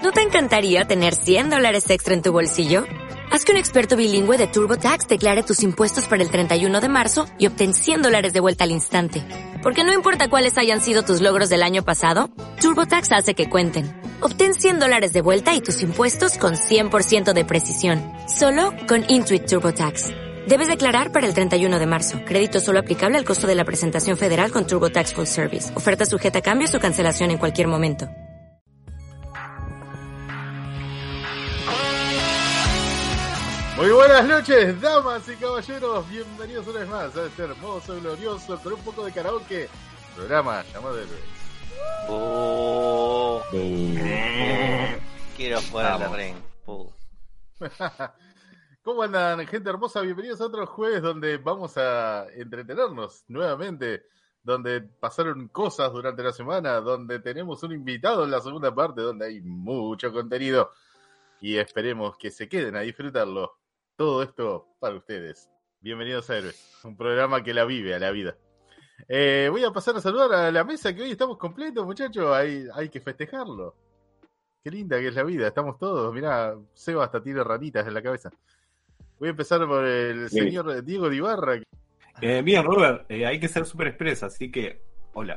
¿No te encantaría tener $100 extra en tu bolsillo? Haz que un experto bilingüe de TurboTax declare tus impuestos para el 31 de marzo y obtén $100 de vuelta al instante. Porque no importa cuáles hayan sido tus logros del año pasado, TurboTax hace que cuenten. Obtén $100 de vuelta y tus impuestos con 100% de precisión. Solo con Intuit TurboTax. Debes declarar para el 31 de marzo. Crédito solo aplicable al costo de la presentación federal con TurboTax Full Service. Oferta sujeta a cambios o cancelación en cualquier momento. Muy buenas noches, damas y caballeros. Bienvenidos una vez más a este hermoso, glorioso, con un poco de karaoke programa llamado Héroes. Quiero jugar a la ring. ¿Cómo andan, gente hermosa? Bienvenidos a otro jueves donde vamos a entretenernos nuevamente, donde pasaron cosas durante la semana, donde tenemos un invitado en la segunda parte, donde hay mucho contenido y esperemos que se queden a disfrutarlo. Todo esto para ustedes. Bienvenidos a Héroes, un programa que la vive a la vida. Voy a pasar a saludar a la mesa, que hoy estamos completos, muchachos. Hay que festejarlo. Qué linda que es la vida, estamos todos. Mirá, Seba hasta tiene ranitas en la cabeza. Voy a empezar por el señor Diego de Ibarra. Bien, Robert, hay que ser súper expresa, así que, hola.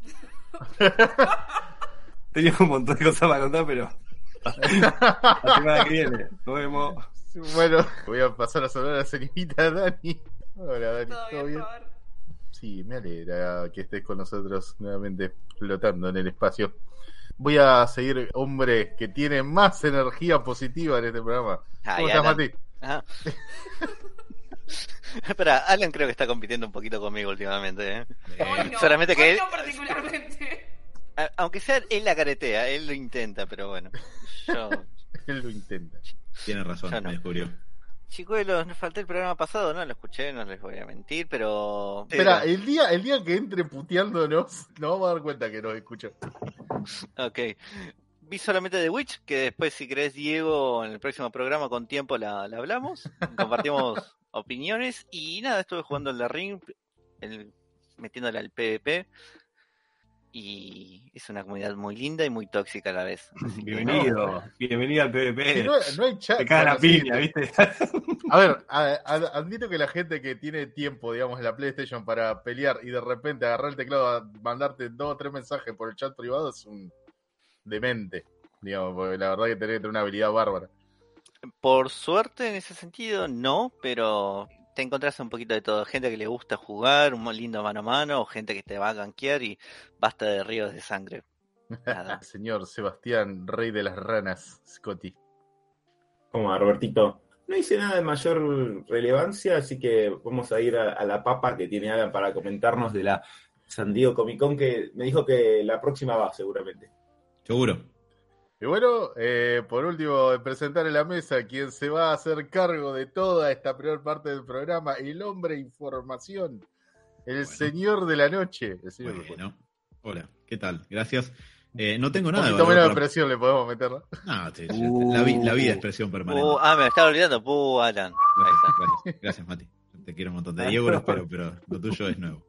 Tenía un montón de cosas para contar, pero la semana que viene, nos vemos. Bueno, voy a pasar a saludar a la señorita Dani. Hola, Dani, ¿todo bien? Sí, me alegra que estés con nosotros nuevamente flotando en el espacio. Voy a seguir, hombre, que tiene más energía positiva en este programa. ¿Cómo estás, Mati? Ajá. Espera, Alan creo que está compitiendo un poquito conmigo últimamente, ¿eh? No, solamente que él, no particularmente. Aunque sea él la caretea, él lo intenta, pero bueno. Yo... Él lo intenta. Tiene razón, no. Me descubrió. Chicuelos, nos falté el programa pasado, no lo escuché, no les voy a mentir, pero... Espera, el día que entre puteándonos, nos vamos a dar cuenta que nos escucha. Ok. Vi solamente The Witch, que después, si querés, Diego, en el próximo programa con tiempo la hablamos, compartimos opiniones, y nada, estuve jugando el The Ring, metiéndole al PvP, y es una comunidad muy linda y muy tóxica a la vez. Bienvenido al PvP. Si no hay chat. Te cae la piña, ¿viste? A ver, admito que la gente que tiene tiempo, digamos, en la PlayStation para pelear y de repente agarrar el teclado a mandarte 2 o 3 mensajes por el chat privado es un demente, digamos, porque la verdad que tenés que tener una habilidad bárbara. Por suerte, en ese sentido, no, pero te encontrás un poquito de todo. Gente que le gusta jugar, un lindo mano a mano, o gente que te va a gankear y basta de ríos de sangre. Nada. Señor Sebastián, rey de las ranas, Scotty. ¿Cómo va, Robertito? No hice nada de mayor relevancia, así que vamos a ir a la papa que tiene Alan para comentarnos de la San Diego Comic Con, que me dijo que la próxima va seguramente. Seguro. Y bueno, por último, presentar en la mesa quien se va a hacer cargo de toda esta primera parte del programa, el hombre información, el señor de la noche. El señor bueno. Hola, ¿qué tal? Gracias. No tengo nada de valor. Un poquito menos de presión le podemos meter, ¿no? No, la vida es presión permanente. Me estaba olvidando. Alan. Gracias, Mati. Te quiero un montón. De Diego lo espero, pero lo tuyo es nuevo.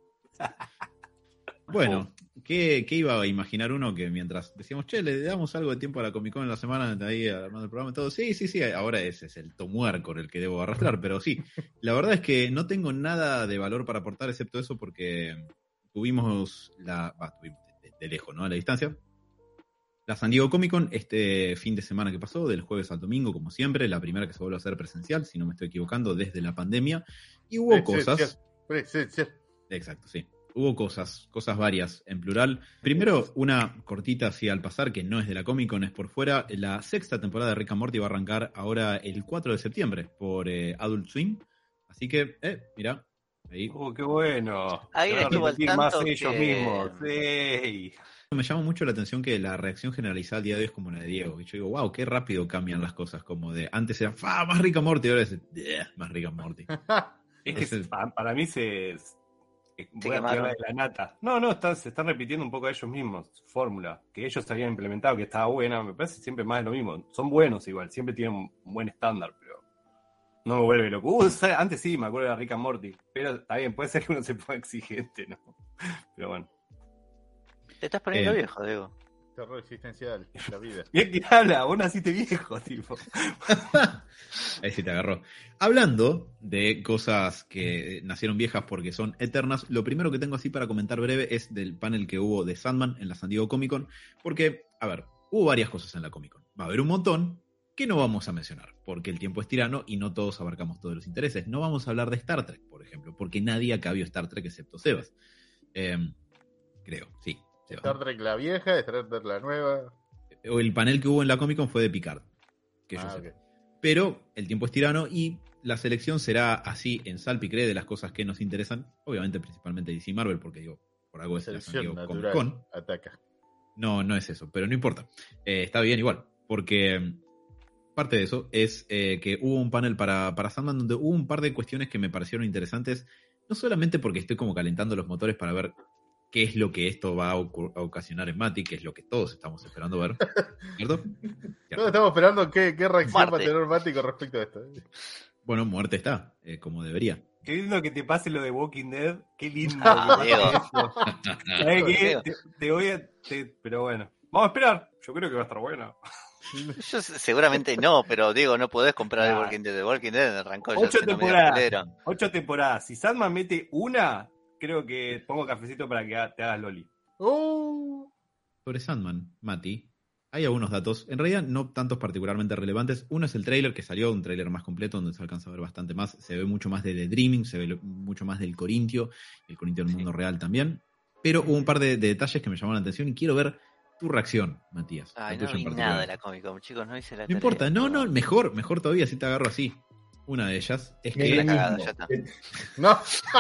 Bueno, ¿qué iba a imaginar uno que mientras decíamos, che, le damos algo de tiempo a la Comic Con en la semana, ahí armando el programa y todo? Sí, ahora ese es el tomuércore el que debo arrastrar, pero sí, la verdad es que no tengo nada de valor para aportar excepto eso porque tuvimos de lejos, ¿no? A la distancia. La San Diego Comic Con este fin de semana que pasó, del jueves al domingo, como siempre, la primera que se vuelve a hacer presencial, si no me estoy equivocando, desde la pandemia, y hubo cosas... Exacto, sí. Hubo cosas varias en plural. Primero, una cortita así al pasar, que no es de la Comic Con, es por fuera. La 6ª temporada de Rick and Morty va a arrancar ahora el 4 de septiembre por Adult Swim. Así que, mirá, ahí. ¡Qué bueno! Ahí estuvo al tanto más que... ellos mismos. Sí. Me llama mucho la atención que la reacción generalizada al día de hoy es como la de Diego. Y yo digo, wow, qué rápido cambian las cosas. Como de, antes era, más Rick and Morty, ahora es, más Rick and Morty. Es que para mí voy a tirarla de la nata. No, se están repitiendo un poco a ellos mismos su fórmula, que ellos habían implementado, que estaba buena. Me parece siempre más de lo mismo. Son buenos igual, siempre tienen un buen estándar, pero no me vuelve loco. Antes sí, me acuerdo de Rick and Morty, pero está bien, puede ser que uno se ponga exigente, ¿no? Pero bueno. Te estás poniendo viejo, Diego. Terror existencial, la vida. Bien que habla, vos naciste viejo, tipo. Ahí sí te agarró. Hablando de cosas que nacieron viejas porque son eternas, lo primero que tengo así para comentar breve es del panel que hubo de Sandman en la San Diego Comic Con, porque, a ver, hubo varias cosas en la Comic Con. Va a haber un montón que no vamos a mencionar, porque el tiempo es tirano y no todos abarcamos todos los intereses. No vamos a hablar de Star Trek, por ejemplo, porque nadie acá vio Star Trek excepto Sebas. Creo, sí. Sebas. Star Trek la vieja, Star Trek la nueva. El panel que hubo en la Comic Con fue de Picard, que yo sé. Ok. Pero el tiempo es tirano y la selección será así en salpicré de las cosas que nos interesan, obviamente principalmente DC y Marvel, porque digo, por algo es la San Selección Diego Comic natural Con. ataca. No es eso, pero no importa. Está bien igual, porque parte de eso es que hubo un panel para Sandman donde hubo un par de cuestiones que me parecieron interesantes, no solamente porque estoy como calentando los motores para ver qué es lo que esto va a ocasionar en Mati, que es lo que todos estamos esperando ver, ¿cierto? Todos estamos esperando qué reacción va a Marte. tener Mati con respecto a esto. Bueno, muerte está, como debería. Qué lindo que te pase lo de Walking Dead. Qué lindo. Diego. ¿Sabes qué? Diego. Te voy a... pero bueno. Vamos a esperar. Yo creo que va a estar bueno. Yo seguramente no, pero Diego, no podés comprar el Ah. Walking Dead. The Walking Dead arrancó ya 8 hace una media temporadas. culera. 8 temporadas. Si Sandman mete una, creo que pongo cafecito para que te hagas loli. Sobre Sandman, Mati, hay algunos datos, en realidad no tantos particularmente relevantes. Uno es el tráiler que salió, un tráiler más completo donde se alcanza a ver bastante más. Se ve mucho más de The Dreaming, se ve mucho más del Corintio, el Corintio del mundo real también. Pero hubo un par de detalles que me llamaron la atención y quiero ver tu reacción, Matías. Ay, la no tuya en vi particular. nada de la Comic Con, chicos, no hice la No tarea. importa, no, mejor todavía si te agarro así. Una de ellas es Es una que cagada, ya está. No.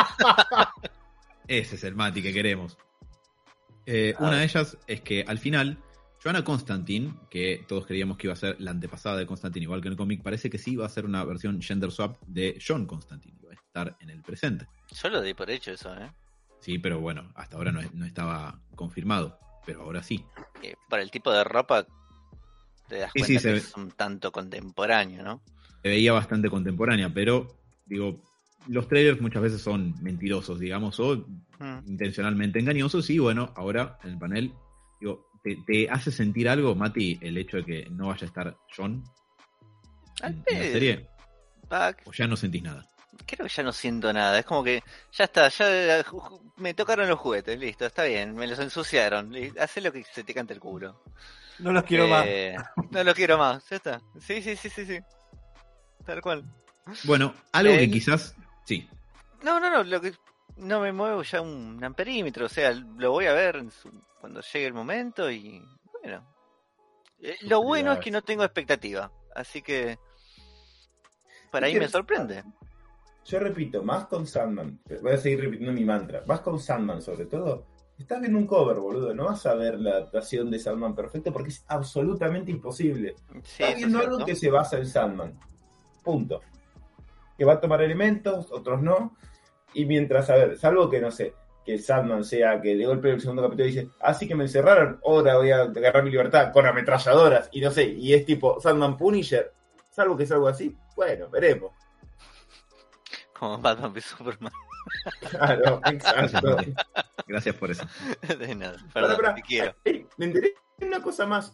ese es el Mati que queremos. Una de ellas es que al final, Joanna Constantine, que todos creíamos que iba a ser la antepasada de Constantine, igual que en el cómic, parece que sí iba a ser una versión gender swap de John Constantine, iba a estar en el presente. Yo lo di por hecho eso, Sí, pero bueno, hasta ahora no estaba confirmado, pero ahora sí. Por el tipo de ropa te das Sí, cuenta se que ve. es un tanto contemporáneo, ¿no? Se veía bastante contemporánea, pero digo, los trailers muchas veces son mentirosos, digamos, o intencionalmente engañosos, y bueno, ahora en el panel, digo, ¿te hace sentir algo, Mati, el hecho de que no vaya a estar John en la serie? ¿O ya no sentís nada? Creo que ya no siento nada, es como que ya está, ya me tocaron los juguetes, listo, está bien, me los ensuciaron, hacé lo que se te cante el culo. No los quiero más. No los quiero más, ya está. Sí, tal cual. Bueno, algo que quizás... Sí. No, lo que no me muevo ya un amperímetro, o sea, lo voy a ver cuando llegue el momento y bueno. Lo bueno es que no tengo expectativa, así que para ahí me sorprende. Yo repito, más con Sandman, voy a seguir repitiendo mi mantra, más con Sandman sobre todo, estás viendo un cover, boludo, no vas a ver la adaptación de Sandman perfecto porque es absolutamente imposible. Sí, Estás viendo algo que se basa en Sandman, punto. Que va a tomar elementos, otros no, y mientras, a ver, salvo que, no sé, que Sandman sea que de golpe en el segundo capítulo dice, así que me encerraron, ahora voy a agarrar mi libertad con ametralladoras, y no sé, y es tipo Sandman Punisher, salvo que es algo así, bueno, veremos. Como Batman v Superman. Claro, exacto. Gracias por eso. De nada, perdón, te quiero. Me enteré de una cosa más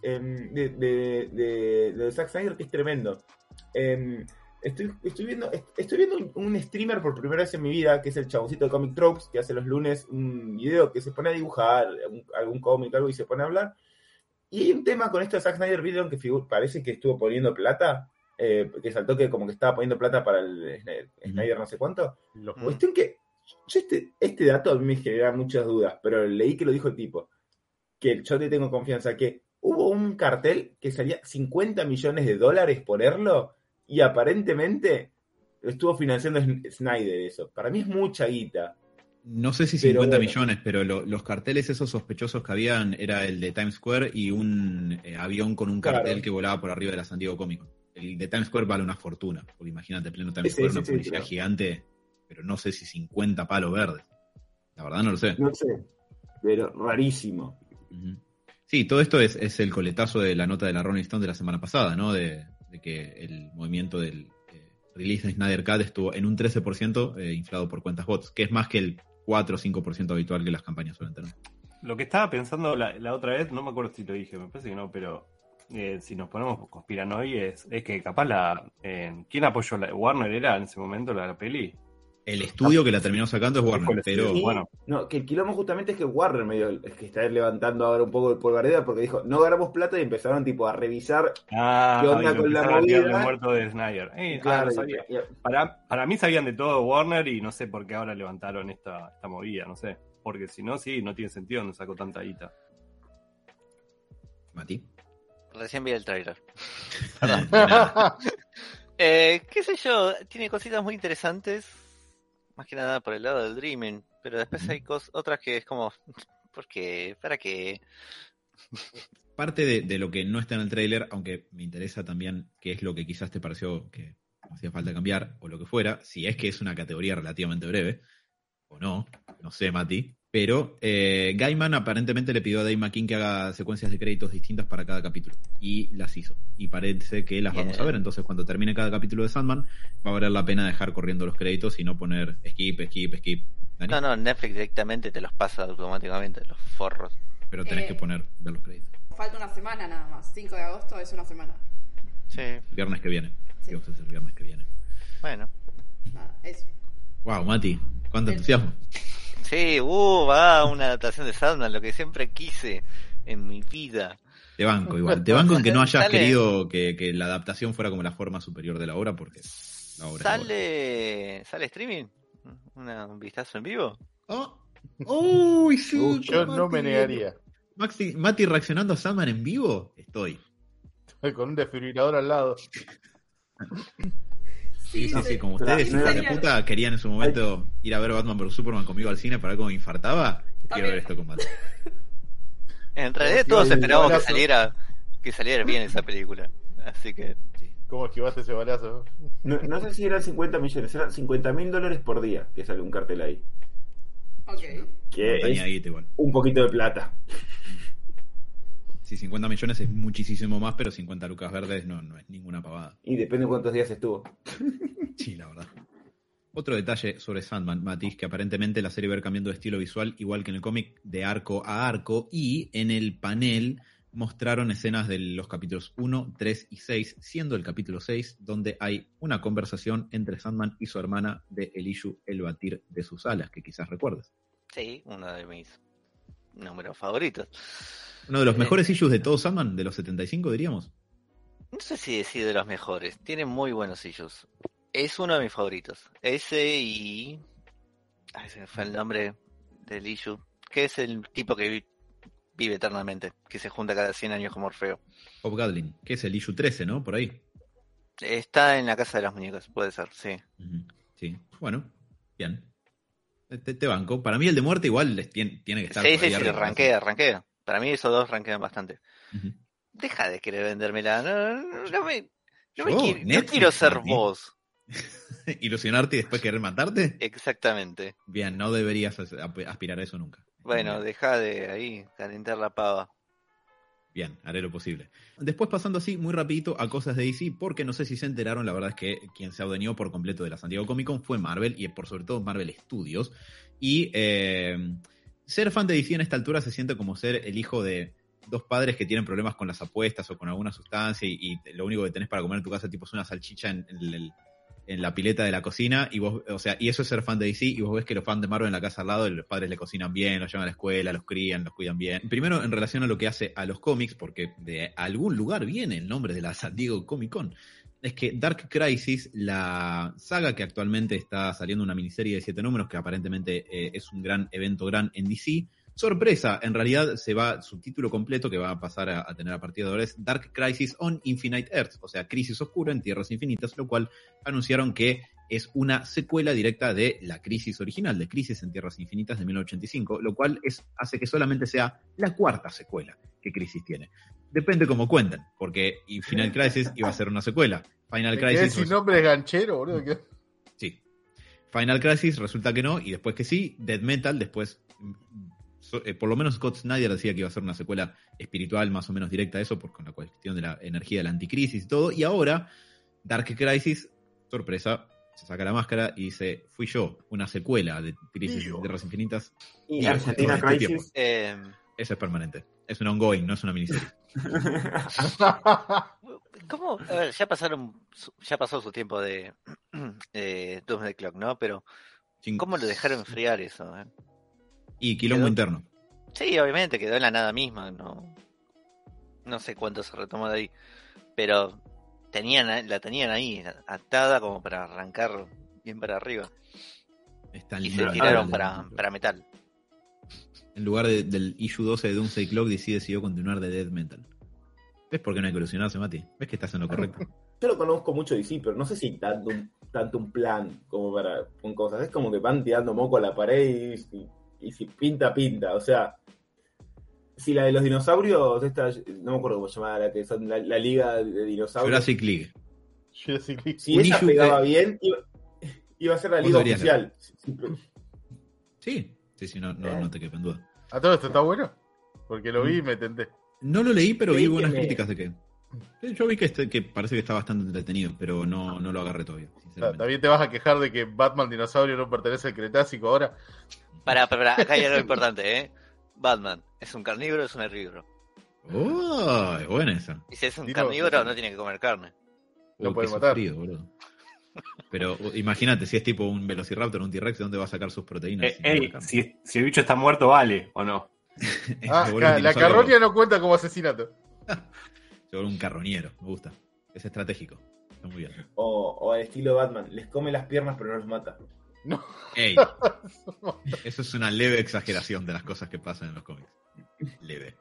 de Zack Snyder que es tremendo. Estoy viendo un streamer por primera vez en mi vida, que es el chaboncito de Comic Tropes, que hace los lunes un video que se pone a dibujar algún cómic, algo, y se pone a hablar. Y hay un tema con esto de Zack Snyder Video que parece que estuvo poniendo plata, que saltó que como que estaba poniendo plata para el Snyder no sé cuánto. Cuestión que yo este dato a mí me genera muchas dudas, pero leí que lo dijo el tipo, que yo te tengo confianza, que hubo un cartel que salía $50 millones ponerlo, y aparentemente estuvo financiando Snyder eso. Para mí es mucha guita. No sé si 50 millones, pero los carteles esos sospechosos que habían era el de Times Square y un avión con un cartel que volaba por arriba de la San Diego Comic Con. El de Times Square vale una fortuna, porque imagínate, pleno Times Square, una publicidad gigante, pero no sé si 50 palos verdes. La verdad no lo sé. No sé, pero rarísimo. Uh-huh. Sí, todo esto es el coletazo de la nota de la Rolling Stone de la semana pasada, ¿no? De que el movimiento del release de Snyder Cut estuvo en un 13% inflado por cuentas bots, que es más que el 4 o 5% habitual que las campañas suelen tener. Lo que estaba pensando la otra vez, no me acuerdo si lo dije, me parece que no, pero si nos ponemos conspiranoides, es que capaz ¿quién apoyó Warner era en ese momento la peli? El estudio que la terminó sacando es Warner, pero... Sí, bueno. No, que el quilombo justamente es que Warner medio es que está levantando ahora un poco el polvareda porque dijo, no ganamos plata y empezaron tipo a revisar qué onda con la movida. Muerto de Snyder. Claro, no sabía. Para mí sabían de todo Warner y no sé por qué ahora levantaron esta movida, no sé. Porque si no, sí, no tiene sentido donde sacó tanta guita. Mati. Recién vi el trailer. Qué sé yo, tiene cositas muy interesantes. Más que nada por el lado del Dreaming. Pero después hay otras que es como... ¿Por qué? ¿Para qué? Parte de lo que no está en el tráiler, aunque me interesa también qué es lo que quizás te pareció que hacía falta cambiar, o lo que fuera, si es que es una categoría relativamente breve, o no sé, Mati, pero Gaiman aparentemente le pidió a Dave McKean que haga secuencias de créditos distintas para cada capítulo, y las hizo, y parece que las vamos a ver. Entonces cuando termine cada capítulo de Sandman va a valer la pena dejar corriendo los créditos y no poner skip. ¿Dani? No, Netflix directamente te los pasa automáticamente, los forros. Pero tenés que ver los créditos. Falta una semana nada más, 5 de agosto es una semana. Sí. Viernes que viene. Sí. Vamos a hacer viernes que viene. Bueno. Nada, eso. Wow, Mati, cuánto entusiasmo. Sí, va una adaptación de Sandman, lo que siempre quise en mi vida. Te banco igual. Te banco en que no hayas Sale... querido que la adaptación fuera como la forma superior de la obra, porque la obra ¿Sale streaming? ¿Un vistazo en vivo? ¡Oh! Sí, yo no me negaría. Mati reaccionando a Sandman en vivo, estoy. Con un desfibrilador al lado. Sí, como ustedes, hijos de puta, querían en su momento ir a ver Batman vs Superman conmigo al cine para ver cómo me infartaba. Quiero ver esto con Mati. En realidad todos esperábamos que saliera bien esa película. Así que... ¿Cómo esquivaste ese balazo? No sé si eran 50 millones, eran $50,000 por día que sale un cartel ahí. Ok. Que es igual. Un poquito de plata. Sí, 50 millones es muchísimo más, pero 50 lucas verdes no es ninguna pavada. Y depende de cuántos días estuvo. Sí, la verdad. Otro detalle sobre Sandman, Matis, que aparentemente la serie va a ir cambiando de estilo visual, igual que en el cómic, de arco a arco, y en el panel mostraron escenas de los capítulos 1, 3 y 6, siendo el capítulo 6 donde hay una conversación entre Sandman y su hermana de Elishu, el batir de sus alas, que quizás recuerdes. Sí, uno de mis números favoritos. Uno de los mejores issues de todo Sandman, de los 75, diríamos. No sé si decir de los mejores, tiene muy buenos issues. Es uno de mis favoritos. Ese y... se me fue el nombre del issue. Que es el tipo que vive eternamente, que se junta cada 100 años como Orfeo. Bob Gadlin, que es el issue 13, ¿no? Por ahí. Está en la casa de las muñecas, puede ser, sí. Sí, bueno, bien. Te banco. Para mí el de muerte igual tiene que estar... Sí, rankea. Para mí esos dos rankean bastante. Uh-huh. Deja de querer vendérmela. No Netflix, quiero ser Mati. Vos. ¿Ilusionarte y después querer matarte? Exactamente. Bien, no deberías aspirar a eso nunca. Bueno, deja de ahí calentar la pava. Bien, haré lo posible. Después pasando así, muy rapidito, a cosas de DC, porque no sé si se enteraron, la verdad es que quien se adueñó por completo de la San Diego Comic Con fue Marvel, y por sobre todo Marvel Studios. Y ser fan de DC en esta altura se siente como ser el hijo de dos padres que tienen problemas con las apuestas o con alguna sustancia, y lo único que tenés para comer en tu casa tipo es una salchicha en la pileta de la cocina, y vos, o sea, y eso es ser fan de DC, y vos ves que los fans de Marvel en la casa al lado, los padres le cocinan bien, los llevan a la escuela, los crían, los cuidan bien. Primero, en relación a lo que hace a los cómics, porque de algún lugar viene el nombre de la San Diego Comic Con, es que Dark Crisis, la saga que actualmente está saliendo, una miniserie de 7 números, que aparentemente es un gran evento en DC, sorpresa, en realidad su título completo que va a pasar a tener a partir de ahora es Dark Crisis on Infinite Earths, o sea, Crisis Oscura en Tierras Infinitas, lo cual anunciaron que es una secuela directa de la Crisis original, de Crisis en Tierras Infinitas de 1985, lo cual hace que solamente sea la cuarta secuela que Crisis tiene. Depende cómo cuenten, porque Final Crisis iba a ser una secuela. Final Crisis... sin nombre es ganchero, boludo. Sí. Final Crisis resulta que no, y después que sí. Death Metal, después... por lo menos Scott Snyder decía que iba a ser una secuela espiritual más o menos directa a eso, con la cuestión de la energía de la anticrisis y todo. Y ahora, Dark Crisis, sorpresa, se saca la máscara y dice, fui yo, una secuela de Crisis de Tierras Infinitas. Y Argentina todo este Crisis. Eso es permanente. Es un ongoing, no es una miniserie. ¿Cómo? A ver, ya pasó su tiempo de Doomsday Clock, ¿no? Pero ¿cómo lo dejaron enfriar eso? Y quilombo interno. Sí, obviamente, quedó en la nada misma, no sé cuánto se retomó de ahí, pero la tenían ahí, atada como para arrancar bien para arriba. Y se tiraron para metal. En lugar del issue 12 de Doomsday Clock decidió continuar de Death Metal. ¿Ves por qué no hay que ilusionarse, Mati? ¿Ves que estás en lo correcto? Yo lo conozco mucho de sí, pero no sé si tanto un plan como para con cosas. Es como que van tirando moco a la pared y si pinta. O sea, si la de los dinosaurios, no me acuerdo cómo se llamaba, la que son la liga de dinosaurios. Jurassic League. Si esa pegaba bien, iba a ser la liga oficial. Sí, no te quepa en duda. ¿A todo esto está bueno? Porque lo vi y me tenté. No lo leí, pero vi buenas críticas de que... Yo vi que parece que está bastante entretenido, pero no lo agarré todavía, sinceramente. ¿También te vas a quejar de que Batman Dinosaurio no pertenece al Cretácico ahora? Pará, acá hay algo importante, ¿eh? Batman, ¿es un carnívoro o es un herbívoro? ¡Oh! Es buena esa. Y si es un carnívoro, no tiene que comer carne. Lo puede matar. Sufrido, boludo. Pero imagínate, si es tipo un Velociraptor o un T-Rex, ¿de dónde va a sacar sus proteínas? Si el bicho está muerto, ¿vale o no? La carroña no cuenta como asesinato. Se vuelve un carroñero, me gusta. Es estratégico. Está muy bien. O al estilo Batman, les come las piernas pero no los mata. No. Ey, eso es una leve exageración de las cosas que pasan en los cómics. Leve.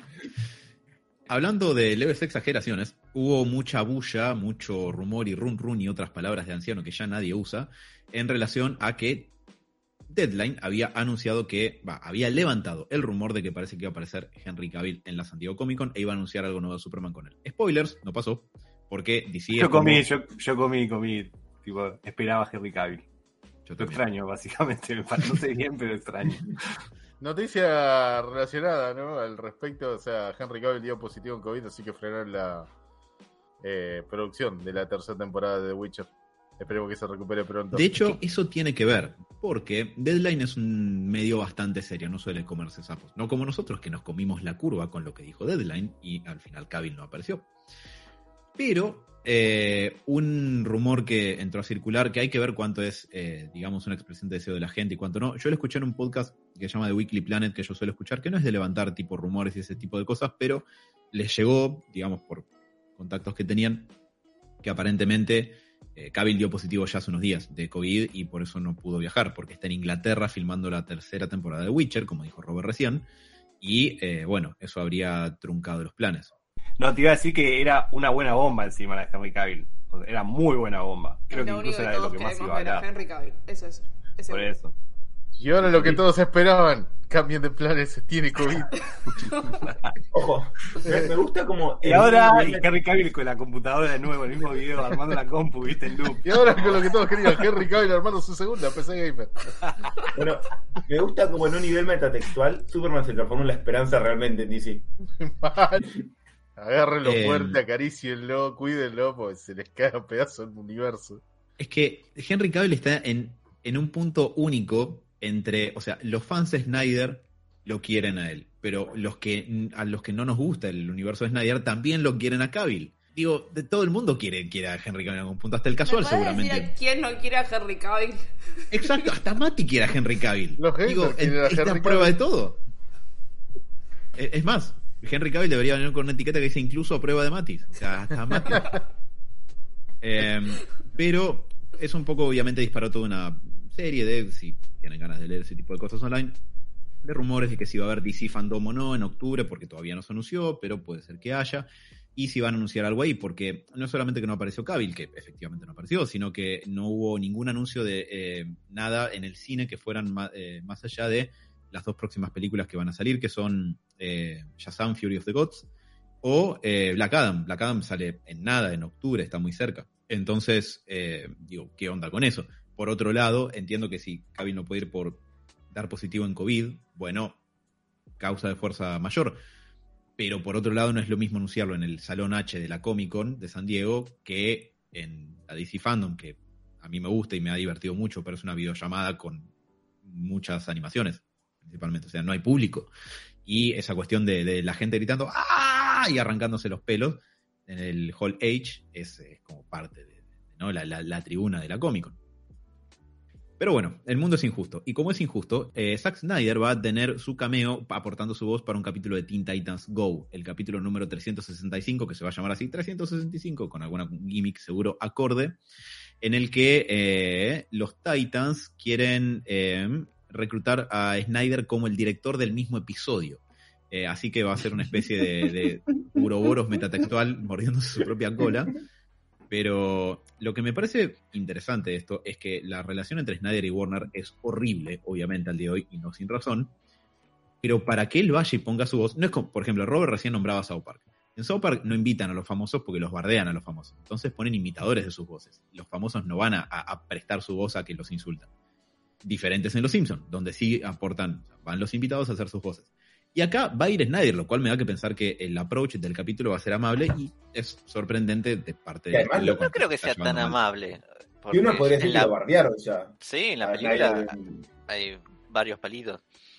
Hablando de leves exageraciones, hubo mucha bulla, mucho rumor y run y otras palabras de anciano que ya nadie usa en relación a que Deadline había anunciado había levantado el rumor de que parece que iba a aparecer Henry Cavill en la San Diego Comic Con e iba a anunciar algo nuevo de Superman con él. Spoilers, no pasó, porque DC... Yo comí, tipo, esperaba a Henry Cavill. Lo extraño, básicamente, no sé bien, pero extraño. Noticia relacionada, ¿no? Al respecto, o sea, Henry Cavill dio positivo en COVID, así que frenaron la producción de la tercera temporada de The Witcher. Esperemos que se recupere pronto. De hecho, eso tiene que ver, porque Deadline es un medio bastante serio, no suele comerse sapos. No como nosotros, que nos comimos la curva con lo que dijo Deadline y al final Cavill no apareció. Pero un rumor que entró a circular, que hay que ver cuánto es, digamos, una expresión de deseo de la gente y cuánto no. Yo lo escuché en un podcast que se llama The Weekly Planet, que yo suelo escuchar, que no es de levantar tipo rumores y ese tipo de cosas, pero les llegó, digamos, por contactos que tenían, que aparentemente... Cavill dio positivo ya hace unos días de COVID y por eso no pudo viajar, porque está en Inglaterra filmando la tercera temporada de Witcher, como dijo Robert recién, y bueno, eso habría truncado los planes. No, te iba a decir que era una buena bomba encima la de Henry Cavill. Era muy buena bomba. Creo que incluso era de lo que más iba a hablar. Henry Cavill. Eso es. Por eso. Y ahora lo que todos esperaban, cambien de planes, tiene COVID. Ojo, me gusta como... Y ahora Henry Cavill con la computadora de nuevo, el mismo video, armando la compu, viste, en loop. Y ahora con lo que todos querían, Henry Cavill armando su segunda PC Gamer. Bueno, me gusta como en un nivel metatextual, Superman se transformó en la esperanza realmente en DC. Agárrenlo fuerte, acarícienlo, cuídenlo, porque se les cae a pedazos el universo. Es que Henry Cavill está en un punto único entre, o sea, los fans de Snyder lo quieren a él, pero a los que no nos gusta el universo de Snyder también lo quieren a Cavill. Digo, de todo el mundo quiere a Henry Cavill en algún punto, hasta el casual seguramente. ¿Quién no quiere a Henry Cavill? Exacto, hasta Mati quiere a Henry Cavill. Digo, es la prueba de todo. Es más, Henry Cavill debería venir con una etiqueta que dice incluso a prueba de Matis. O sea, hasta Mati. Pero eso un poco obviamente disparó toda una serie de, si tienen ganas de leer ese tipo de cosas online, de rumores de que si va a haber DC Fandom o no en octubre, porque todavía no se anunció, pero puede ser que haya, y si van a anunciar algo ahí, porque no es solamente que no apareció Cavill, que efectivamente no apareció, sino que no hubo ningún anuncio de nada en el cine que fueran más allá de las dos próximas películas que van a salir, que son Shazam, Fury of the Gods, o Black Adam. Black Adam sale en nada, en octubre, está muy cerca. Entonces, digo, ¿qué onda con eso? Por otro lado, entiendo que si Cavill no puede ir por dar positivo en COVID, bueno, causa de fuerza mayor. Pero por otro lado, no es lo mismo anunciarlo en el Salón H de la Comic Con de San Diego que en la DC Fandom, que a mí me gusta y me ha divertido mucho, pero es una videollamada con muchas animaciones, principalmente. O sea, no hay público. Y esa cuestión de la gente gritando ¡ah! Y arrancándose los pelos en el Hall H es como parte de, ¿no? la tribuna de la Comic-Con. Pero bueno, el mundo es injusto. Y como es injusto, Zack Snyder va a tener su cameo aportando su voz para un capítulo de Teen Titans Go, el capítulo número 365, que se va a llamar así, 365, con alguna gimmick seguro acorde, en el que los Titans quieren reclutar a Snyder como el director del mismo episodio. Así que va a ser una especie de uroboros metatextual mordiéndose su propia cola. Pero lo que me parece interesante de esto es que la relación entre Snyder y Warner es horrible, obviamente, al día de hoy, y no sin razón. Pero para que él vaya y ponga su voz, no es como, por ejemplo, Robert recién nombraba a South Park. En South Park no invitan a los famosos porque los bardean a los famosos. Entonces ponen imitadores de sus voces. Los famosos no van a prestar su voz a que los insultan. Diferentes en Los Simpsons, donde sí aportan, van los invitados a hacer sus voces. Y acá va a ir Snyder, lo cual me da que pensar que el approach del capítulo va a ser amable y es sorprendente de parte de... No creo que sea tan amable. Y uno podría decir que lo bardearon ya. Sí, en la película hay varios palitos.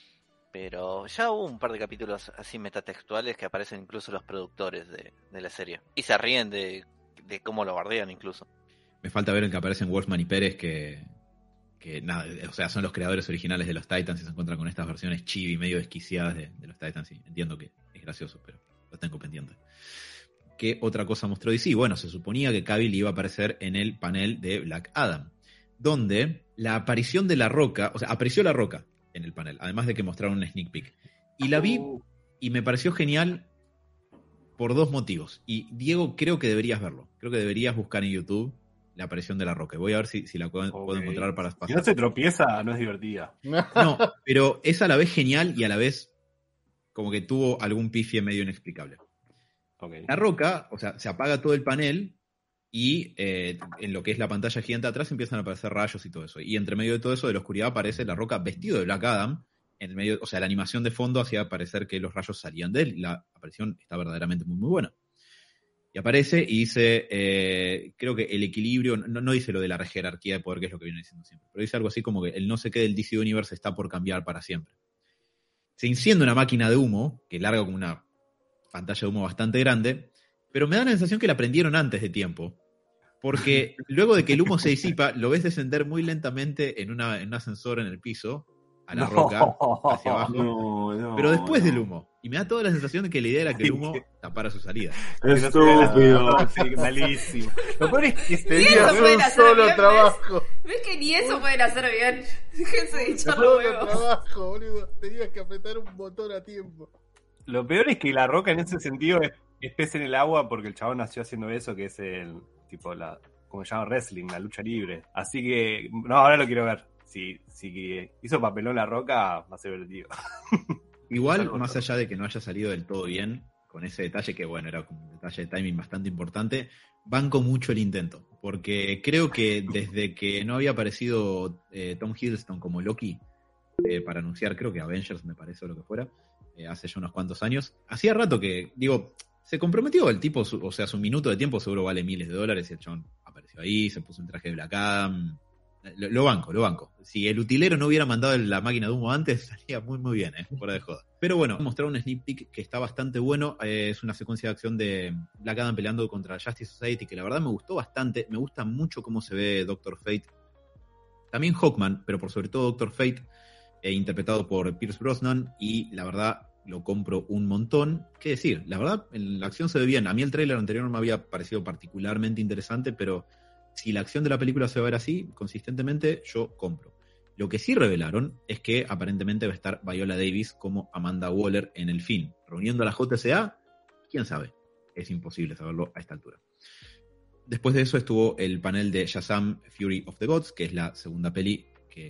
Pero ya hubo un par de capítulos así metatextuales que aparecen incluso los productores de la serie. Y se ríen de cómo lo bardean incluso. Me falta ver el que aparecen Wolfman y Pérez que nada, o sea, son los creadores originales de los Titans y se encuentran con estas versiones chibi, medio desquiciadas de los Titans. Y entiendo que es gracioso, pero lo tengo pendiente. ¿Qué otra cosa mostró DC? Bueno, se suponía que Cavill iba a aparecer en el panel de Black Adam, donde la aparición de La Roca, o sea, apareció La Roca en el panel, además de que mostraron un sneak peek. Y la vi y me pareció genial por dos motivos. Y Diego, creo que deberías verlo. Creo que deberías buscar en YouTube la aparición de La Roca. Voy a ver si la puedo encontrar para pasar. Si no se tropieza, no es divertida. No, pero es a la vez genial y a la vez como que tuvo algún pifie medio inexplicable. Okay. La Roca, o sea, se apaga todo el panel y en lo que es la pantalla gigante atrás empiezan a aparecer rayos y todo eso. Y entre medio de todo eso, de la oscuridad, aparece La Roca vestido de Black Adam. En el medio, o sea, la animación de fondo hacía parecer que los rayos salían de él. Y la aparición está verdaderamente muy, muy buena. Y aparece y dice, creo que el equilibrio, no dice lo de la jerarquía de poder, que es lo que viene diciendo siempre, pero dice algo así como que el no sé qué del DC Universe está por cambiar para siempre. Se enciende una máquina de humo, que larga como una pantalla de humo bastante grande, pero me da la sensación que la prendieron antes de tiempo, porque luego de que el humo se disipa, lo ves descender muy lentamente en un ascensor en el piso, a La Roca, hacia abajo, pero después del humo. Y me da toda la sensación de que la idea era que el humo tapara su salida. Estúpido. Sí, malísimo. Lo peor es que Sería un solo trabajo. ¿Ves que ni eso pueden hacer bien? Déjense de echar los Solo huevos. trabajo, boludo. Tenías que apretar un botón a tiempo. Lo peor es que La Roca en ese sentido es pez en el agua porque el chabón nació haciendo eso, que es el tipo como se llama, wrestling, la lucha libre. Así que, no, ahora lo quiero ver. Si hizo papelón La Roca, va a ser divertido. Igual, más allá de que no haya salido del todo bien, con ese detalle que, bueno, era un detalle de timing bastante importante, banco mucho el intento, porque creo que desde que no había aparecido Tom Hiddleston como Loki, para anunciar, creo que Avengers, me parece, o lo que fuera, hace ya unos cuantos años, hacía rato que, digo, se comprometió el tipo, o sea, su minuto de tiempo seguro vale miles de dólares, y el chabón apareció ahí, se puso un traje de Black Adam. Lo banco. Si el utilero no hubiera mandado la máquina de humo antes, estaría muy muy bien, fuera de joda. Pero bueno, mostraron un sneak peek que está bastante bueno. Es una secuencia de acción de Black Adam peleando contra Justice Society, que la verdad me gustó bastante. Me gusta mucho cómo se ve Doctor Fate. También Hawkman, pero por sobre todo Doctor Fate, interpretado por Pierce Brosnan. Y la verdad, lo compro un montón. ¿Qué decir? La verdad, la acción se ve bien. A mí el tráiler anterior no me había parecido particularmente interesante, pero si la acción de la película se va a ver así, consistentemente, yo compro. Lo que sí revelaron es que aparentemente va a estar Viola Davis como Amanda Waller en el film. Reuniendo a la JSA, quién sabe. Es imposible saberlo a esta altura. Después de eso estuvo el panel de Shazam Fury of the Gods, que es la segunda peli,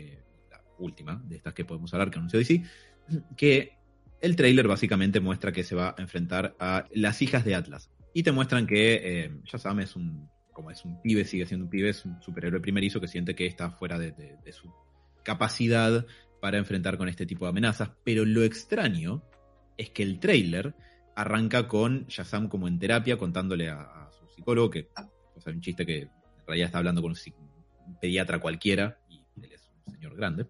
la última de estas que podemos hablar, que anunció DC, que el tráiler básicamente muestra que se va a enfrentar a las hijas de Atlas. Y te muestran que Shazam como es un pibe, sigue siendo un pibe, es un superhéroe primerizo que siente que está fuera de su capacidad para enfrentar con este tipo de amenazas. Pero lo extraño es que el tráiler arranca con Shazam como en terapia, contándole a su psicólogo, que o sea, un chiste que en realidad está hablando con pediatra cualquiera, y él es un señor grande.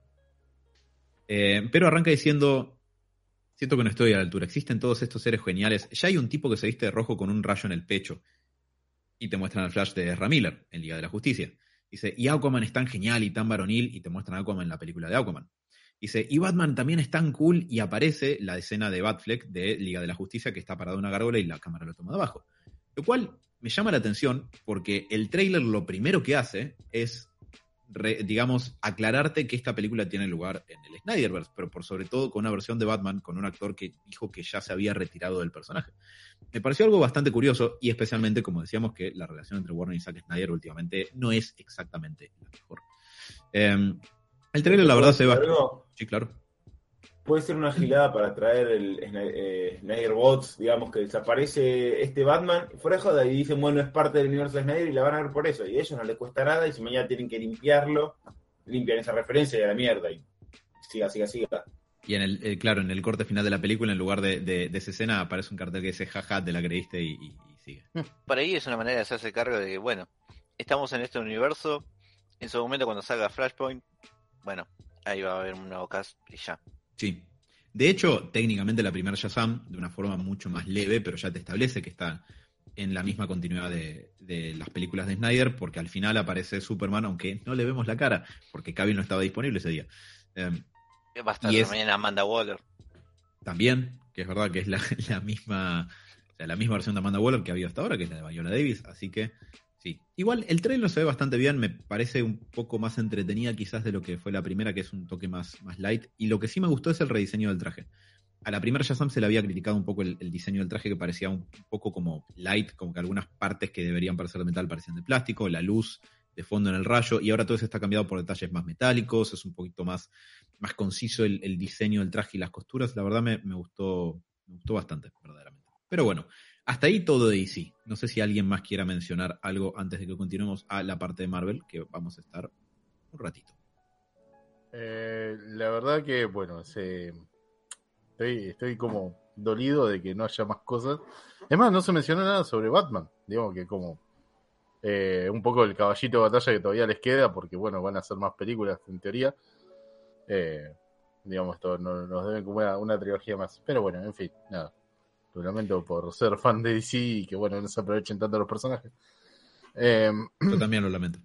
Pero arranca diciendo, siento que no estoy a la altura, existen todos estos seres geniales, ya hay un tipo que se viste de rojo con un rayo en el pecho, y te muestran el Flash de Ezra Miller en Liga de la Justicia. Dice, y Aquaman es tan genial y tan varonil, y te muestran a Aquaman en la película de Aquaman. Dice, y Batman también es tan cool, y aparece la escena de Batfleck de Liga de la Justicia, que está parado en una gárgola y la cámara lo toma de abajo. Lo cual me llama la atención, porque el tráiler lo primero que hace es, digamos, aclararte que esta película tiene lugar en el Snyderverse, pero por sobre todo con una versión de Batman, con un actor que dijo que ya se había retirado del personaje. Me pareció algo bastante curioso, y especialmente, como decíamos, que la relación entre Warner y Zack Snyder últimamente no es exactamente la mejor. El trailer, la verdad, se va... Sí, claro. Puede ser una gilada para traer el Snyder Bots, digamos, que desaparece este Batman, fuera de joda, y dicen, bueno, es parte del universo de Snyder y la van a ver por eso. Y a ellos no les cuesta nada, y si mañana tienen que limpiarlo, limpian esa referencia y a la mierda. Y siga. Y en en el corte final de la película, en lugar de esa escena, aparece un cartel que dice, jaja, te la creíste, y sigue. Por ahí es una manera de hacerse cargo de que, bueno, estamos en este universo, en su momento cuando salga Flashpoint, bueno, ahí va a haber un nuevo cast y ya. Sí. De hecho, técnicamente la primera Shazam, de una forma mucho más leve, pero ya te establece que está en la misma continuidad de las películas de Snyder, porque al final aparece Superman, aunque no le vemos la cara, porque Cavill no estaba disponible ese día. Va a estar también Amanda Waller. También, que es verdad que es la misma, o sea, la misma versión de Amanda Waller que ha habido hasta ahora, que es la de Viola Davis, así que sí. Igual el trailer se ve bastante bien, me parece un poco más entretenida quizás de lo que fue la primera, que es un toque más light, y lo que sí me gustó es el rediseño del traje. A la primera Shazam se le había criticado un poco el diseño del traje, que parecía un poco como light, como que algunas partes que deberían parecer de metal parecían de plástico, la luz de fondo en el rayo, y ahora todo eso está cambiado por detalles más metálicos, es un poquito más conciso el diseño del traje y las costuras. La verdad me gustó bastante, verdaderamente. Pero bueno, hasta ahí todo de DC. No sé si alguien más quiera mencionar algo antes de que continuemos a la parte de Marvel, que vamos a estar un ratito. La verdad que, bueno, estoy como dolido de que no haya más cosas. Es más, no se mencionó nada sobre Batman. Digamos que como un poco el caballito de batalla que todavía les queda, porque bueno, van a hacer más películas en teoría. Digamos, esto nos deben como una trilogía más. Pero bueno, en fin, nada. Lo lamento por ser fan de DC y que bueno, no se aprovechen tanto los personajes. Yo también lo lamento.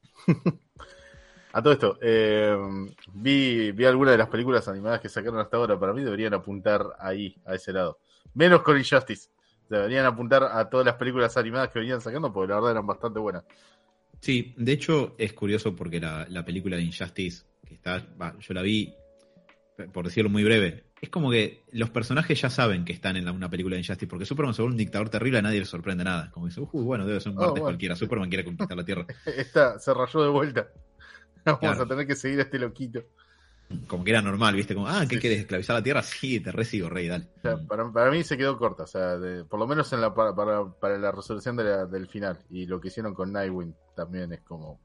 A todo esto, vi algunas de las películas animadas que sacaron hasta ahora. Para mí deberían apuntar ahí, a ese lado. Menos con Injustice. Deberían apuntar a todas las películas animadas que venían sacando, porque la verdad eran bastante buenas. Sí, de hecho es curioso porque la película de Injustice, que está, yo la vi, por decirlo muy breve, es como que los personajes ya saben que están en una película de Injustice, porque Superman se vuelve un dictador terrible, a nadie le sorprende nada. Como dice, bueno, debe ser un martes cualquiera, Superman quiere conquistar la Tierra. Se rayó de vuelta. Vamos claro. a tener que seguir a este loquito. Como que era normal, ¿viste? Como, ¿qué querés? ¿Esclavizar la Tierra? Sí, te recibo, rey, dale. O sea, para mí se quedó corta, o sea, por lo menos para la resolución del final. Y lo que hicieron con Nightwing también es como...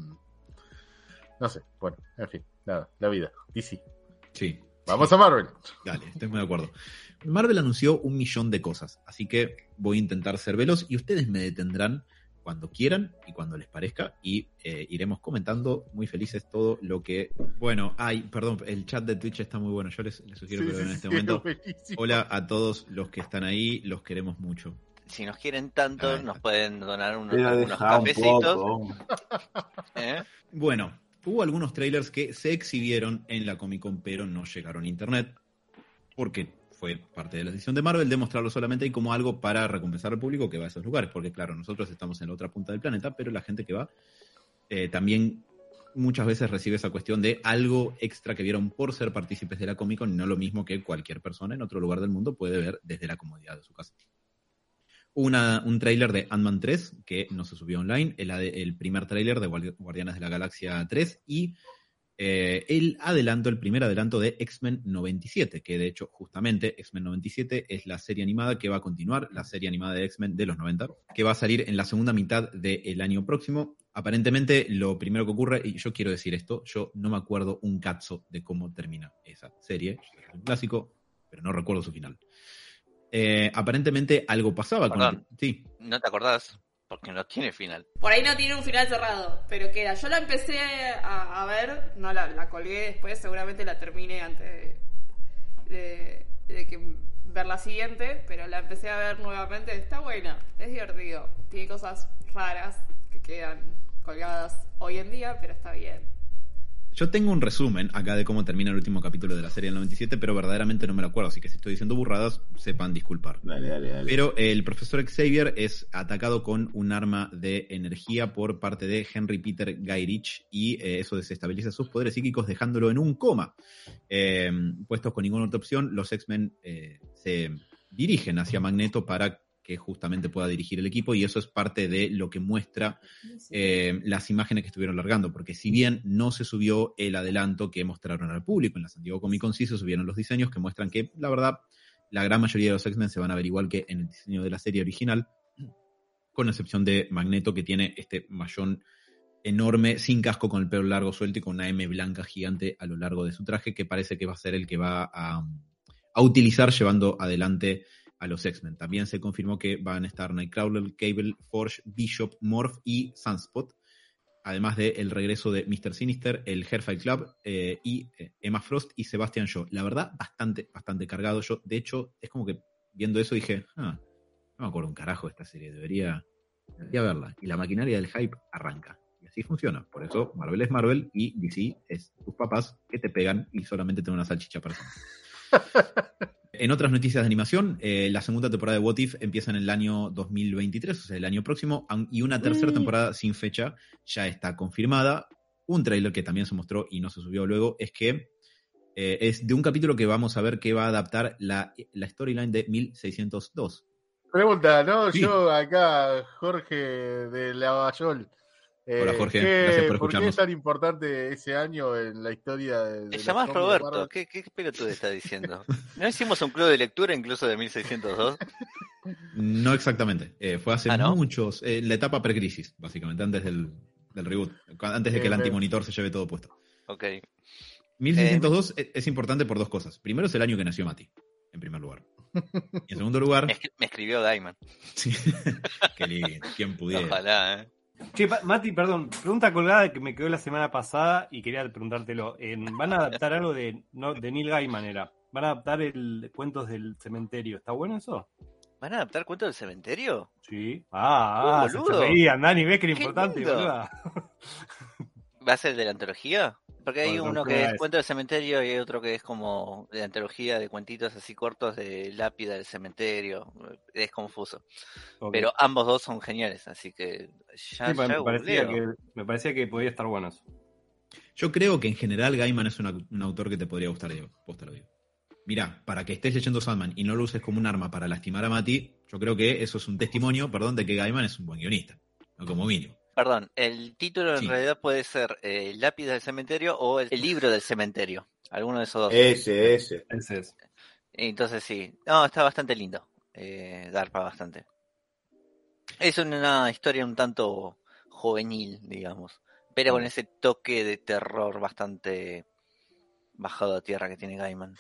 no sé, bueno, en fin, nada, la vida, DC. Sí. Vamos a Marvel. Dale, estoy muy de acuerdo. Marvel anunció 1 millón de cosas, así que voy a intentar ser veloz y ustedes me detendrán cuando quieran y cuando les parezca, y iremos comentando muy felices todo lo que... Bueno, perdón, el chat de Twitch está muy bueno, yo les sugiero que lo vean en este momento. Hola a todos los que están ahí, los queremos mucho. Si nos quieren tanto, nos pueden donar unos cafecitos. Bueno, hubo algunos trailers que se exhibieron en la Comic Con, pero no llegaron a internet, porque fue parte de la decisión de Marvel de mostrarlo solamente ahí como algo para recompensar al público que va a esos lugares, porque claro, nosotros estamos en la otra punta del planeta, pero la gente que va también muchas veces recibe esa cuestión de algo extra que vieron por ser partícipes de la Comic Con, y no lo mismo que cualquier persona en otro lugar del mundo puede ver desde la comodidad de su casa. Un tráiler de Ant-Man 3 que no se subió online, el primer tráiler de Guardianes de la Galaxia 3 y el primer adelanto de X-Men 97, que de hecho justamente X-Men 97 es la serie animada que va a continuar, la serie animada de X-Men de los 90, que va a salir en la segunda mitad del año próximo. Aparentemente lo primero que ocurre, y yo quiero decir esto, yo no me acuerdo un cazzo de cómo termina esa serie, es un clásico, pero no recuerdo su final. Aparentemente algo pasaba. Perdón, ¿no te acordás? Porque no tiene final. Por ahí no tiene un final cerrado, pero queda. Yo la empecé a ver, no la colgué después, seguramente la termine antes de que ver la siguiente, pero la empecé a ver nuevamente. Está buena, es divertido. Tiene cosas raras que quedan colgadas hoy en día, pero está bien. Yo tengo un resumen acá de cómo termina el último capítulo de la serie del 97, pero verdaderamente no me lo acuerdo, así que si estoy diciendo burradas, sepan disculpar. Dale. Pero el profesor Xavier es atacado con un arma de energía por parte de Henry Peter Gyrich y eso desestabiliza sus poderes psíquicos dejándolo en un coma. Puestos con ninguna otra opción, los X-Men se dirigen hacia Magneto para que justamente pueda dirigir el equipo, y eso es parte de lo que muestra las imágenes que estuvieron largando, porque si bien no se subió el adelanto que mostraron al público en la San Diego Comic Con, sí se subieron los diseños que muestran que, la verdad, la gran mayoría de los X-Men se van a ver igual que en el diseño de la serie original, con excepción de Magneto, que tiene este mallón enorme, sin casco, con el pelo largo suelto y con una M blanca gigante a lo largo de su traje, que parece que va a ser el que va a utilizar llevando adelante a los X-Men. También se confirmó que van a estar Nightcrawler, Cable, Forge, Bishop, Morph y Sunspot, además del regreso de Mr. Sinister, el Hairfile Club y Emma Frost y Sebastian Shaw. La verdad, bastante cargado. Yo, de hecho, es como que viendo eso dije, no me acuerdo un carajo de esta serie, debería verla. Y la maquinaria del hype arranca. Y así funciona. Por eso Marvel es Marvel y DC es tus papás que te pegan y solamente te dan una salchicha para siempre. En otras noticias de animación, la segunda temporada de What If empieza en el año 2023, o sea, el año próximo, y una tercera temporada sin fecha ya está confirmada. Un tráiler que también se mostró y no se subió luego es que es de un capítulo que vamos a ver que va a adaptar la storyline de 1602. Pregunta, ¿no? Sí. Yo acá, Jorge de Lavallol. Hola Jorge, gracias por ¿Por qué escucharnos. es tan importante ese año en la historia de Te los llamás cómics de Roberto, Marvel? ¿qué pelotudo estás diciendo? ¿No hicimos un club de lectura incluso de 1602? No exactamente, fue hace ¿no? muchos, la etapa precrisis, básicamente, antes del reboot, antes de que el antimonitor se lleve todo puesto. Ok. 1602 es importante por dos cosas. Primero es el año que nació Mati, en primer lugar. Y en segundo lugar... Me escribió Gaiman. Sí. Qué lindo, quién pudiera. Ojalá, Che, Mati, perdón, pregunta colgada que me quedó la semana pasada y quería preguntártelo. ¿Van a adaptar algo de Neil Gaiman era? ¿Van a adaptar el Cuentos del Cementerio? ¿Está bueno eso? ¿Van a adaptar Cuentos del Cementerio? Sí. Se boludo. reían, Dani, ves que era Qué importante, lindo. boluda. ¿Va a ser de la antología? Porque hay Bueno, uno ¿cómo que es? es Cuento del Cementerio y hay otro que es como de antología de cuentitos así cortos de Lápida del Cementerio. Es confuso. Ok. Pero ambos dos son geniales, así que ya Sí, googleo. me parecía que podía estar bueno eso. Yo creo que en general Gaiman es un autor que te podría gustar, Diego. Vos te lo digo. Mirá, para que estés leyendo Sandman y no lo uses como un arma para lastimar a Mati, yo creo que eso es un testimonio, de que Gaiman es un buen guionista. No como mínimo. Perdón, el título en Sí. realidad puede ser Lápida del Cementerio o el libro del cementerio. Alguno de esos dos. Ese. Ese es. Entonces sí. No, está bastante lindo. Garpa bastante. Es una historia un tanto juvenil, digamos. Pero con ese toque de terror bastante bajado a tierra que tiene Gaiman.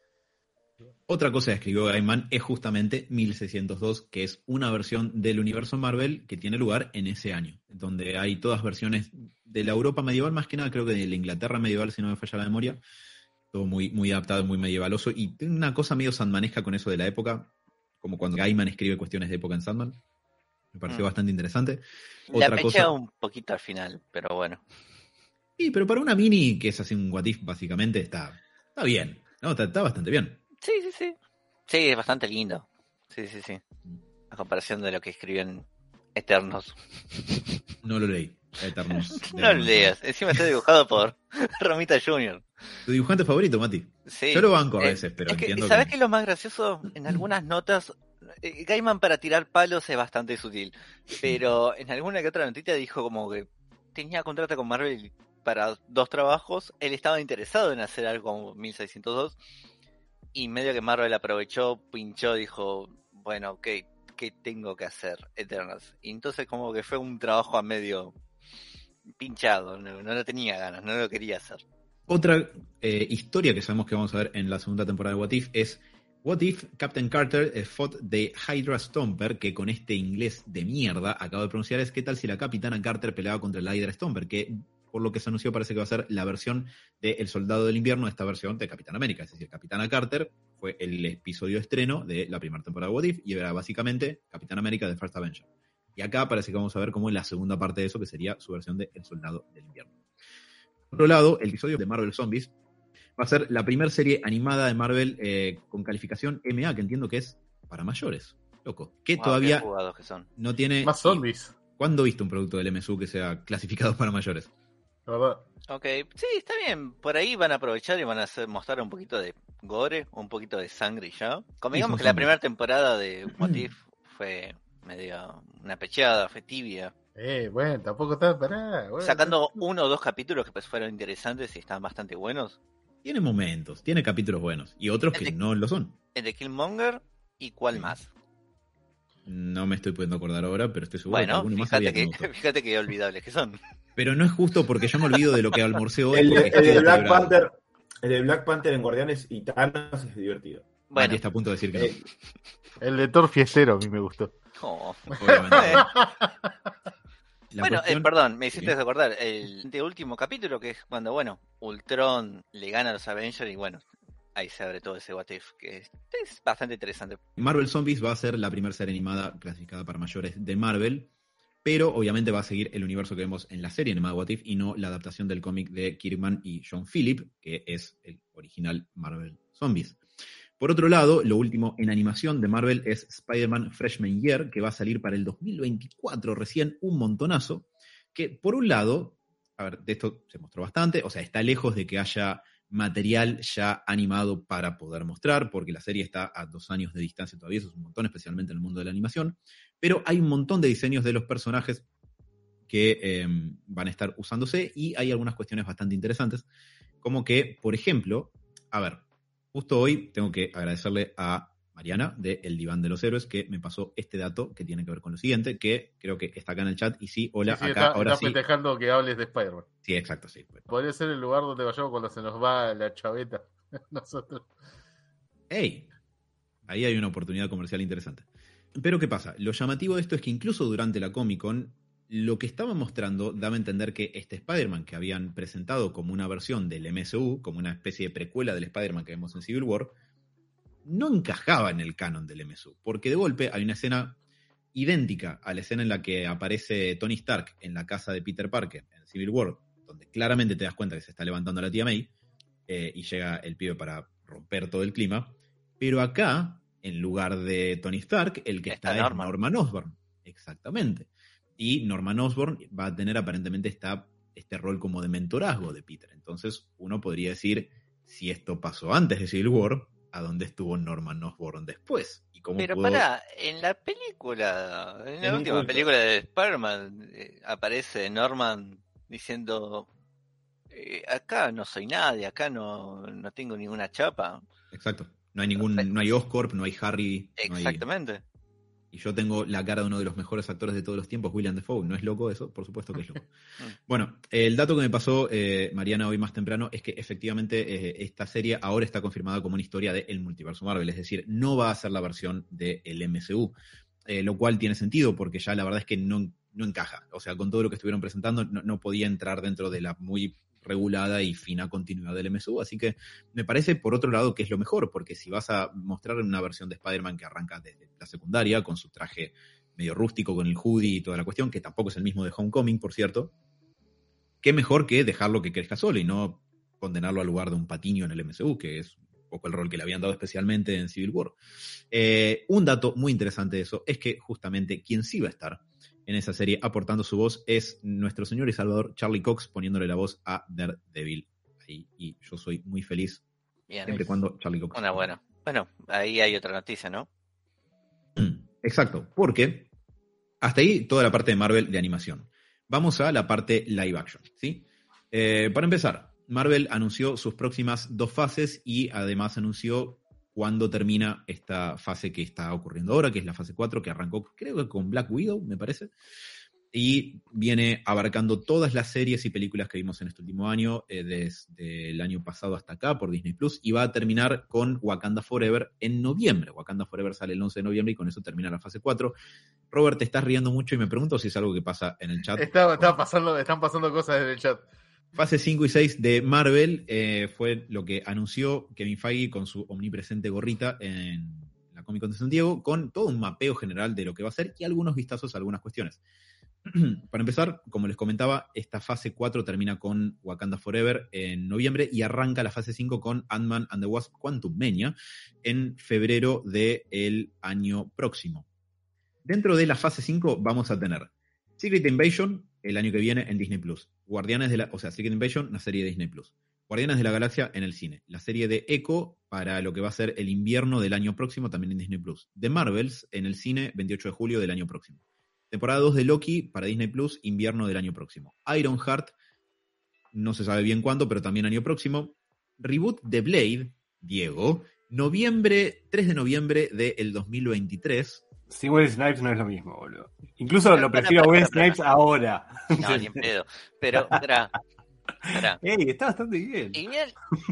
Otra cosa que escribió Gaiman es justamente 1602, que es una versión del universo Marvel que tiene lugar en ese año, donde hay todas versiones de la Europa medieval, más que nada creo que de la Inglaterra medieval, si no me falla la memoria, todo muy adaptado, muy medievaloso, y tiene una cosa medio sandmanesca con eso de la época, como cuando Gaiman escribe cuestiones de época en Sandman. Me pareció bastante interesante. La pecha un poquito al final, pero bueno. Sí, pero para una mini que es así un what if, básicamente, está bien, ¿no? Está bastante bien. Sí. Sí, es bastante lindo. Sí. A comparación de lo que escriben Eternos. No lo leí. Eternos. No lo leas. Encima está dibujado por Romita Jr. ¿Tu dibujante favorito, Mati? Sí. Yo lo banco a veces, pero es que, entiendo ¿sabes que... qué es lo más gracioso? En algunas notas, Gaiman para tirar palos es bastante sutil. Pero en alguna que otra notita dijo como que tenía contrato con Marvel para 2 trabajos. Él estaba interesado en hacer algo como 1602. Y medio que Marvel aprovechó, pinchó, dijo, bueno, ¿qué tengo que hacer? Eternals. Y entonces como que fue un trabajo a medio pinchado, no lo tenía ganas, no lo quería hacer. Otra historia que sabemos que vamos a ver en la segunda temporada de What If es What if Captain Carter fought the Hydra Stomper, que con este inglés de mierda acabo de pronunciar, es qué tal si la Capitana Carter peleaba contra el Hydra Stomper, que por lo que se anunció parece que va a ser la versión de El Soldado del Invierno, esta versión de Capitán América. Es decir, Capitana Carter fue el episodio de estreno de la primera temporada de What If y era básicamente Capitán América de First Avenger. Y acá parece que vamos a ver como la segunda parte de eso, que sería su versión de El Soldado del Invierno. Por otro lado, el episodio de Marvel Zombies va a ser la primera serie animada de Marvel con calificación MA, que entiendo que es para mayores. Loco. Que todavía que son. No tiene... Más zombies. ¿Cuándo viste un producto del MSU que sea clasificado para mayores? La verdad. Ok, sí, está bien. Por ahí van a aprovechar y van a mostrar un poquito de gore, un poquito de sangre y ya. Digamos que la primera temporada de What If fue medio una pecheada, fue tibia. Bueno, tampoco está para... Bueno, sacando 1 o 2 capítulos que pues fueron interesantes y estaban bastante buenos. Tiene momentos, tiene capítulos buenos y otros que no lo son. El de Killmonger y cuál más. No me estoy pudiendo acordar ahora, pero estoy seguro bueno, que alguno más había que fíjate que olvidables que son. Pero no es justo porque yo me olvido de lo que almorcé hoy. El de Black Panther, el de Black Panther en Guardianes y Thanos es divertido. Bueno, está a punto de decir que no. El de Thor Fiestero a mí me gustó. Bueno, perdón, me hiciste recordar el último capítulo, que es cuando, bueno, Ultron le gana a los Avengers y bueno, ahí se abre todo ese what if, que es bastante interesante. Marvel Zombies va a ser la primera serie animada clasificada para mayores de Marvel, pero obviamente va a seguir el universo que vemos en la serie animada What If y no la adaptación del cómic de Kirkman y John Phillip, que es el original Marvel Zombies. Por otro lado, lo último en animación de Marvel es Spider-Man Freshman Year, que va a salir para el 2024 recién, un montonazo, que por un lado, a ver, de esto se mostró bastante, o sea, está lejos de que haya material ya animado para poder mostrar, porque la serie está a 2 años de distancia todavía, eso es un montón, especialmente en el mundo de la animación, pero hay un montón de diseños de los personajes que van a estar usándose y hay algunas cuestiones bastante interesantes, como que, por ejemplo, a ver, justo hoy tengo que agradecerle a Mariana de El Diván de los Héroes que me pasó este dato que tiene que ver con lo siguiente, que creo que está acá en el chat y sí, hola, sí, acá, ahora está sí. festejando que hables de Spider-Man. Sí, exacto, sí. Podría ser el lugar donde vayamos cuando se nos va la chaveta. Nosotros. ¡Ey! Ahí hay una oportunidad comercial interesante. Pero ¿qué pasa? Lo llamativo de esto es que incluso durante la Comic-Con lo que estaban mostrando daba a entender que este Spider-Man que habían presentado como una versión del MCU, como una especie de precuela del Spider-Man que vemos en Civil War, no encajaba en el canon del MCU, porque de golpe hay una escena idéntica a la escena en la que aparece Tony Stark en la casa de Peter Parker en Civil War, donde claramente te das cuenta que se está levantando la tía May y llega el pibe para romper todo el clima, pero acá, en lugar de Tony Stark, el que está es Norman Osborn. Exactamente. Y Norman Osborn va a tener aparentemente este rol como de mentorazgo de Peter. Entonces uno podría decir, si esto pasó antes de Civil War, ¿a dónde estuvo Norman Osborn después? ¿Y cómo pero pudo... en la película, en la última película de Spider-Man, aparece Norman diciendo, acá no soy nadie, acá no tengo ninguna chapa. Exacto. No hay Oscorp, no hay Harry. Exactamente. No hay... Y yo tengo la cara de uno de los mejores actores de todos los tiempos, William Dafoe. ¿No es loco eso? Por supuesto que es loco. Bueno, el dato que me pasó Mariana hoy más temprano es que efectivamente esta serie ahora está confirmada como una historia del multiverso Marvel. Es decir, no va a ser la versión del MCU. Lo cual tiene sentido porque ya la verdad es que no encaja. O sea, con todo lo que estuvieron presentando no podía entrar dentro de la muy regulada y fina continuidad del MCU, así que me parece por otro lado que es lo mejor, porque si vas a mostrar una versión de Spider-Man que arranca desde la secundaria, con su traje medio rústico, con el hoodie y toda la cuestión, que tampoco es el mismo de Homecoming, por cierto, qué mejor que dejarlo que crezca solo y no condenarlo al lugar de un patiño en el MCU, que es un poco el rol que le habían dado especialmente en Civil War. Un dato muy interesante de eso es que justamente quien sí va a estar en esa serie aportando su voz es nuestro señor y salvador Charlie Cox, poniéndole la voz a Daredevil. Ahí, y yo soy muy feliz siempre y cuando Charlie Cox. Bueno, ahí hay otra noticia, ¿no? Exacto, porque hasta ahí toda la parte de Marvel de animación. Vamos a la parte live action, ¿sí? Para empezar, Marvel anunció sus próximas 2 fases y además anunció cuándo termina esta fase que está ocurriendo ahora, que es la fase 4, que arrancó creo que con Black Widow, me parece. Y viene abarcando todas las series y películas que vimos en este último año, desde el año pasado hasta acá por Disney Plus, y va a terminar con Wakanda Forever en noviembre. Wakanda Forever sale el 11 de noviembre y con eso termina la fase 4. Robert, te estás riendo mucho y me pregunto si es algo que pasa en el chat. Están pasando cosas en el chat. Fase 5 y 6 de Marvel fue lo que anunció Kevin Feige con su omnipresente gorrita en la Comic Con de San Diego, con todo un mapeo general de lo que va a ser y algunos vistazos a algunas cuestiones. Para empezar, como les comentaba, esta fase 4 termina con Wakanda Forever en noviembre y arranca la fase 5 con Ant-Man and the Wasp: Quantumania en febrero del año próximo. Dentro de la fase 5 vamos a tener Secret Invasion el año que viene en Disney Plus. Secret Invasion, una serie de Disney Plus. Guardianes de la Galaxia en el cine. La serie de Echo para lo que va a ser el invierno del año próximo también en Disney Plus. The Marvels en el cine 28 de julio del año próximo. Temporada 2 de Loki para Disney Plus, invierno del año próximo. Ironheart, no se sabe bien cuándo, pero también año próximo. Reboot de Blade, Diego, 3 de noviembre del 2023. Sí, Wesley Snipes no es lo mismo, boludo. Incluso lo prefiero a Wesley Snipes ahora. No, ni en pedo. Pero, pará. Ey, está bastante bien. Y bien,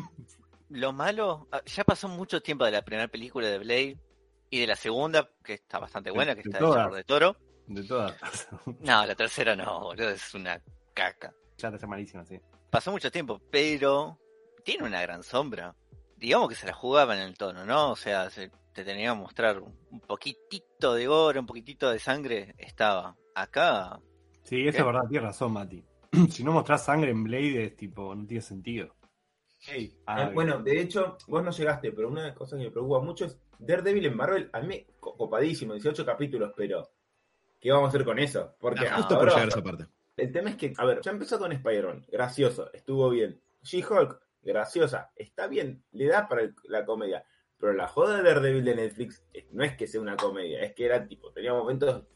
lo malo, ya pasó mucho tiempo de la primera película de Blade y de la segunda, que está bastante buena, que está hecha por De Toro. De todas. No, la tercera no, boludo, es una caca. Ya está malísima, sí. Pasó mucho tiempo, pero tiene una gran sombra. Digamos que se la jugaba en el tono, ¿no? O sea, te tenía que mostrar un poquitito de gore, un poquitito de sangre, estaba. Acá... Sí, eso es verdad, tienes razón, Mati. Si no mostrás sangre en Blade es tipo, no tiene sentido. Hey, bueno, de hecho, vos no llegaste, pero una de las cosas que me preocupa mucho es Daredevil en Marvel. A mí, copadísimo, 18 capítulos, pero ¿qué vamos a hacer con eso? Porque justo por llegar a esa parte. El tema es que, a ver, ya empezó con Spider-Man, gracioso, estuvo bien. She-Hulk, graciosa, está bien, le da para la comedia. Pero la joda de Daredevil de Netflix no es que sea una comedia, es que era tipo, tenía momentos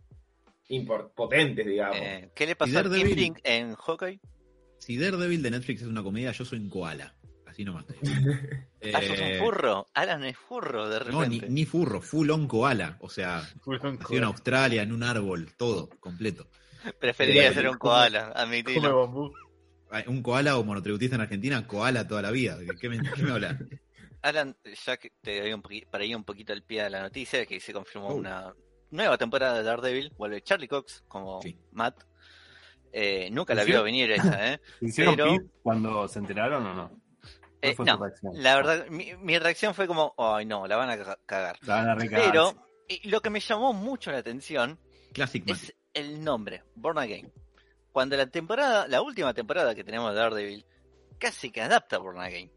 potentes, digamos. ¿Qué le pasó a Kipling en Hawkeye? Si Daredevil de Netflix es una comedia, yo soy un koala. Así nomás te digo. ¿Sos un furro? Alan es furro, de repente. No, ni furro, full on koala. O sea, nació en Australia, en un árbol, todo, completo. Preferiría ser un koala, admitilo. Come bambú. Un koala o monotributista en Argentina, koala toda la vida. ¿Qué me hablan? Alan, ya que te doy para ir un poquito al pie de la noticia, que se confirmó una nueva temporada de Daredevil, vuelve Charlie Cox como Matt. Nunca la vio venir esa, ¿Hicieron pis cuando se enteraron o no? No, la verdad, mi reacción fue como, ay no, la van a cagar. La van a recagar. Pero lo que me llamó mucho la atención Classic es el nombre, Born Again. Cuando la última temporada que tenemos de Daredevil, casi que adapta a Born Again.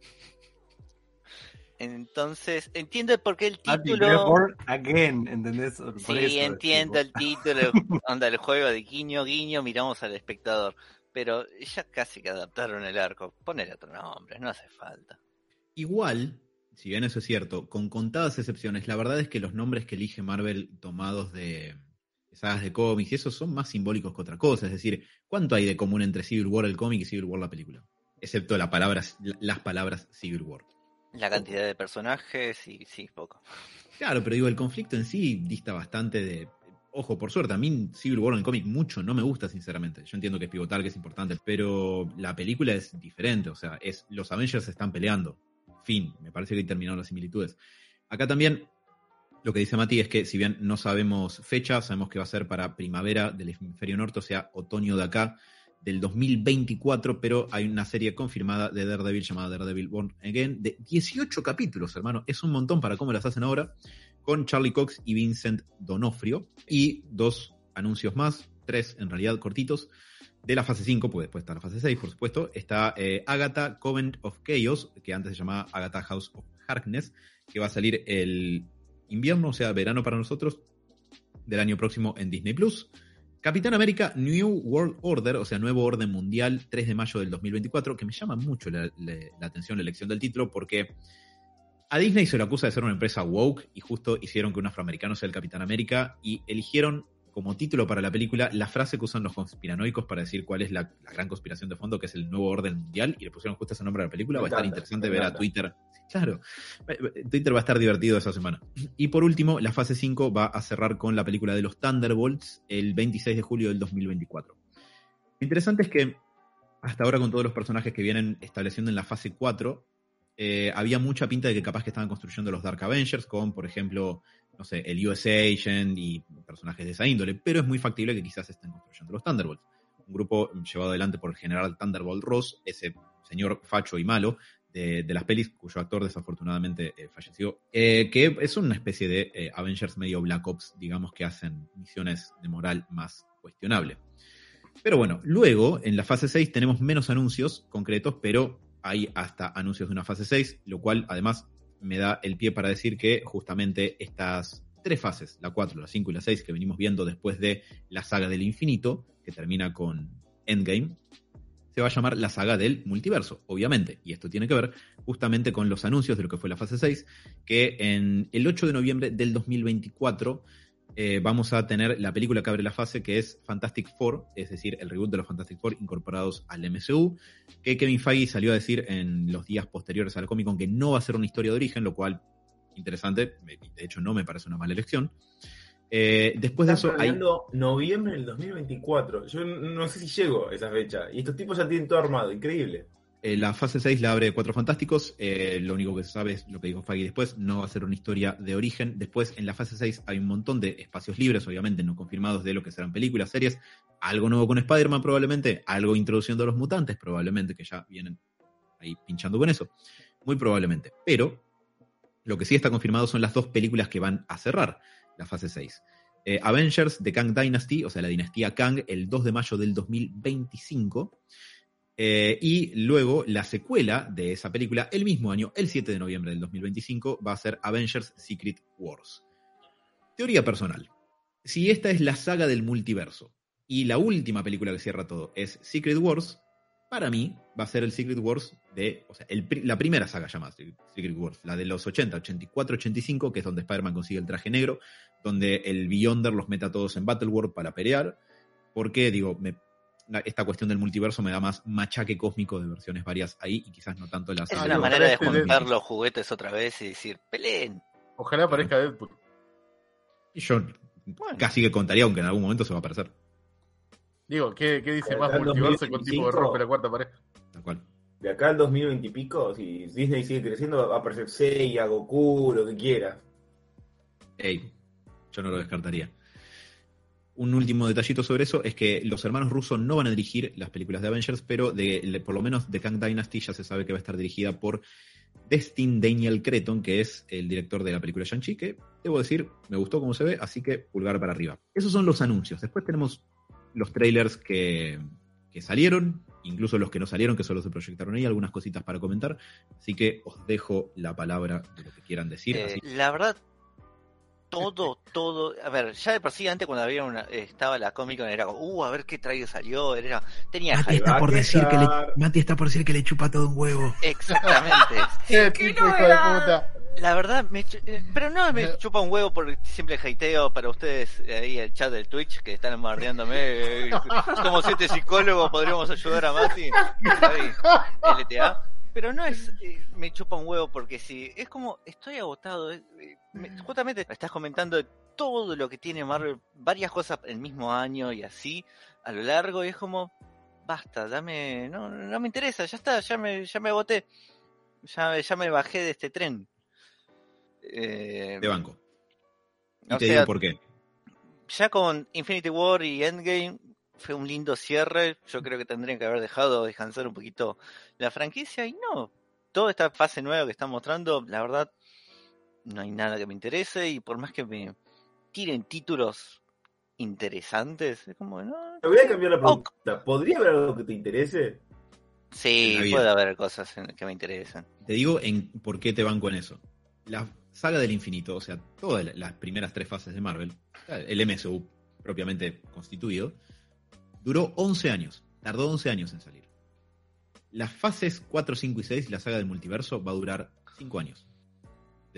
Entonces, entiendo por qué el título... Born Again, ¿entendés? Por sí, eso, entiendo el título, onda el juego de guiño, guiño, miramos al espectador. Pero ya casi que adaptaron el arco. Ponele otro nombre, no hace falta. Igual, si bien eso es cierto, con contadas excepciones, la verdad es que los nombres que elige Marvel tomados de sagas de cómics y esos son más simbólicos que otra cosa. Es decir, ¿cuánto hay de común entre Civil War el cómic y Civil War la película? Excepto las palabras Civil War. La cantidad de personajes y sí, poco. Claro, pero digo, el conflicto en sí dista bastante de... Ojo, por suerte, a mí Civil War en el cómic mucho no me gusta, sinceramente. Yo entiendo que es pivotal, que es importante, pero la película es diferente, o sea, los Avengers están peleando. Fin, me parece que ahí terminaron las similitudes. Acá también, lo que dice Mati es que si bien no sabemos fecha, sabemos que va a ser para primavera del hemisferio norte, o sea, otoño de acá, del 2024, pero hay una serie confirmada de Daredevil llamada Daredevil Born Again, de 18 capítulos, hermano. Es un montón para cómo las hacen ahora, con Charlie Cox y Vincent D'Onofrio, y 2 anuncios más, 3 en realidad cortitos, de la fase 5, pues después está la fase 6, por supuesto. Está Agatha Coven of Chaos, que antes se llamaba Agatha House of Harkness, que va a salir el invierno, o sea, verano para nosotros, del año próximo en Disney Plus. Capitán América New World Order, o sea, Nuevo Orden Mundial, 3 de mayo del 2024, que me llama mucho la atención la elección del título, porque a Disney se lo acusa de ser una empresa woke, y justo hicieron que un afroamericano sea el Capitán América, y eligieron como título para la película la frase que usan los conspiranoicos para decir cuál es la gran conspiración de fondo, que es el nuevo orden mundial, y le pusieron justo ese nombre a la película. Va a estar interesante ver a Twitter. Claro, Twitter va a estar divertido esa semana. Y por último, la fase 5 va a cerrar con la película de los Thunderbolts el 26 de julio del 2024. Lo interesante es que hasta ahora, con todos los personajes que vienen estableciendo en la fase 4, había mucha pinta de que capaz que estaban construyendo los Dark Avengers con, por ejemplo, no sé, el US Agent y personajes de esa índole, pero es muy factible que quizás estén construyendo los Thunderbolts. Un grupo llevado adelante por el general Thunderbolt Ross, ese señor facho y malo de las pelis, cuyo actor desafortunadamente falleció, que es una especie de Avengers medio Black Ops, digamos, que hacen misiones de moral más cuestionable. Pero bueno, luego en la fase 6 tenemos menos anuncios concretos, pero hay hasta anuncios de una fase 6, lo cual además me da el pie para decir que justamente estas 3 fases, la 4, la 5 y la 6, que venimos viendo después de la saga del infinito, que termina con Endgame, se va a llamar la saga del multiverso, obviamente. Y esto tiene que ver justamente con los anuncios de lo que fue la fase 6, que en el 8 de noviembre del 2024 vamos a tener la película que abre la fase, que es Fantastic Four, es decir, el reboot de los Fantastic Four incorporados al MCU, que Kevin Feige salió a decir en los días posteriores a la Comic Con que no va a ser una historia de origen, lo cual, interesante, de hecho no me parece una mala elección. Después de eso hay... noviembre del 2024, yo no sé si llego a esa fecha, y estos tipos ya tienen todo armado, increíble. La fase 6 la abre Cuatro Fantásticos, lo único que se sabe es lo que dijo Feige después, no va a ser una historia de origen. Después en la fase 6 hay un montón de espacios libres, obviamente no confirmados, de lo que serán películas, series, algo nuevo con Spider-Man probablemente, algo introduciendo a los mutantes probablemente, que ya vienen ahí pinchando con eso, muy probablemente. Pero lo que sí está confirmado son las 2 películas que van a cerrar la fase 6. Avengers The Kang Dynasty, o sea la dinastía Kang, el 2 de mayo del 2025. Y luego la secuela de esa película, el mismo año, el 7 de noviembre del 2025, va a ser Avengers Secret Wars. Teoría personal. Si esta es la saga del multiverso y la última película que cierra todo es Secret Wars, para mí va a ser el Secret Wars de... O sea, la primera saga llamada Secret Wars, la de los 80, 84, 85, que es donde Spider-Man consigue el traje negro, donde el Beyonder los mete a todos en Battleworld para pelear, porque, digo, esta cuestión del multiverso me da más machaque cósmico de versiones varias ahí y quizás no tanto las... Es una manera de juntar los juguetes otra vez y decir, peleen. Ojalá aparezca Deadpool. Y yo casi que contaría, aunque en algún momento se va a aparecer. Digo, ¿qué dice más multiverso con tipo que rompe la cuarta pared? Tal cual. De acá al 2020 y pico, si Disney sigue creciendo, va a aparecer Seiya, Goku, lo que quiera. Ey, yo no lo descartaría. Un último detallito sobre eso es que los hermanos Russo no van a dirigir las películas de Avengers, pero por lo menos The Kang Dynasty ya se sabe que va a estar dirigida por Destin Daniel Cretton, que es el director de la película Shang-Chi, que debo decir, me gustó cómo se ve, así que pulgar para arriba. Esos son los anuncios. Después tenemos los trailers que salieron, incluso los que no salieron, que solo se proyectaron ahí, algunas cositas para comentar. Así que os dejo la palabra de lo que quieran decir. La verdad, todo, a ver, ya de por sí antes cuando estaba la Comic Con era como, a ver qué trailer salió, tenía Mati está por decir que le chupa todo un huevo. Exactamente. ¡Qué tipo hijo de puta! La verdad, pero no me chupa un huevo por simple hateo para ustedes ahí el chat del Twitch que están bombardeándome. Como 7 psicólogos podríamos ayudar a Mati. LTA. Pero no es me chupa un huevo porque sí, es como estoy agotado. Justamente estás comentando de todo lo que tiene Marvel, varias cosas el mismo año y así a lo largo, y es como basta, no me interesa, ya está, ya me agoté, ya me bajé de este tren. De banco. Y te digo digo por qué. Ya con Infinity War y Endgame fue un lindo cierre. Yo creo que tendrían que haber dejado descansar un poquito la franquicia y no. Toda esta fase nueva que están mostrando, la verdad, no hay nada que me interese, y por más que me tiren títulos interesantes, es como, no. Te voy a cambiar la pregunta. ¿Podría haber algo que te interese? Sí, puede haber cosas que me interesan. Te digo por qué te banco en eso. La saga del infinito, o sea, todas las primeras 3 fases de Marvel, el MCU propiamente constituido, duró 11 años. Tardó 11 años en salir. Las fases 4, 5 y 6, la saga del multiverso, va a durar 5 años.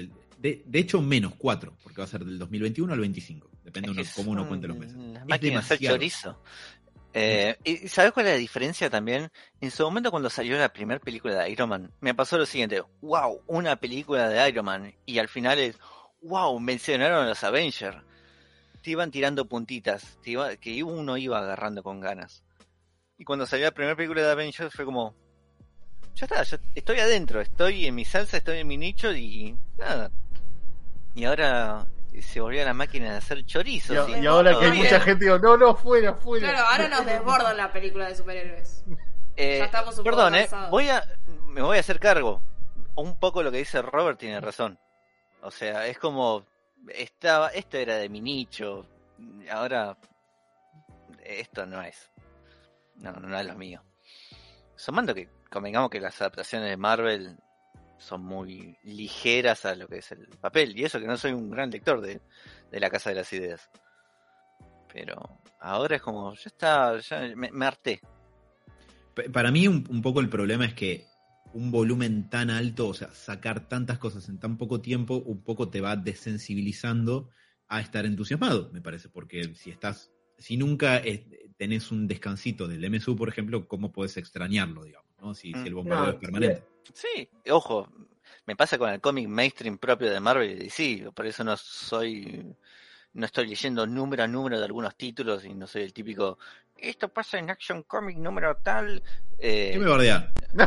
De hecho, menos 4, porque va a ser del 2021 al 25. Depende de cómo uno cuente los meses. Las máquinas de hacer chorizo. ¿Y sabes cuál es la diferencia también? En su momento, cuando salió la primera película de Iron Man, me pasó lo siguiente: wow, una película de Iron Man. Y al final es, wow, mencionaron a los Avengers. Te iban tirando puntitas, que uno iba agarrando con ganas. Y cuando salió la primera película de Avengers fue como, ya está, ya estoy adentro, estoy en mi salsa, estoy en mi nicho y nada. Y ahora se volvió a la máquina de hacer chorizos. Y ahora que hay mucha gente digo, no, fuera. Claro, ahora nos desbordan la película de superhéroes. Ya estamos un perdón, poco cansados. me voy a hacer cargo. Un poco lo que dice Robert tiene razón. O sea, es como, esto era de mi nicho, ahora esto no es. No es lo mío. Sumando que convengamos que las adaptaciones de Marvel son muy ligeras a lo que es el papel, y eso que no soy un gran lector de La Casa de las Ideas, pero ahora es como, ya está, me harté. Para mí un poco el problema es que un volumen tan alto, o sea, sacar tantas cosas en tan poco tiempo, un poco te va desensibilizando a estar entusiasmado, me parece, porque si nunca tenés un descansito del MSU, por ejemplo, ¿cómo podés extrañarlo, digamos, ¿no? Si el bombardeo es permanente. Sí, ojo, me pasa con el cómic mainstream propio de Marvel y DC, por eso no estoy leyendo número a número de algunos títulos y no soy el típico, esto pasa en Action Comic número tal. ¿Qué me bardea?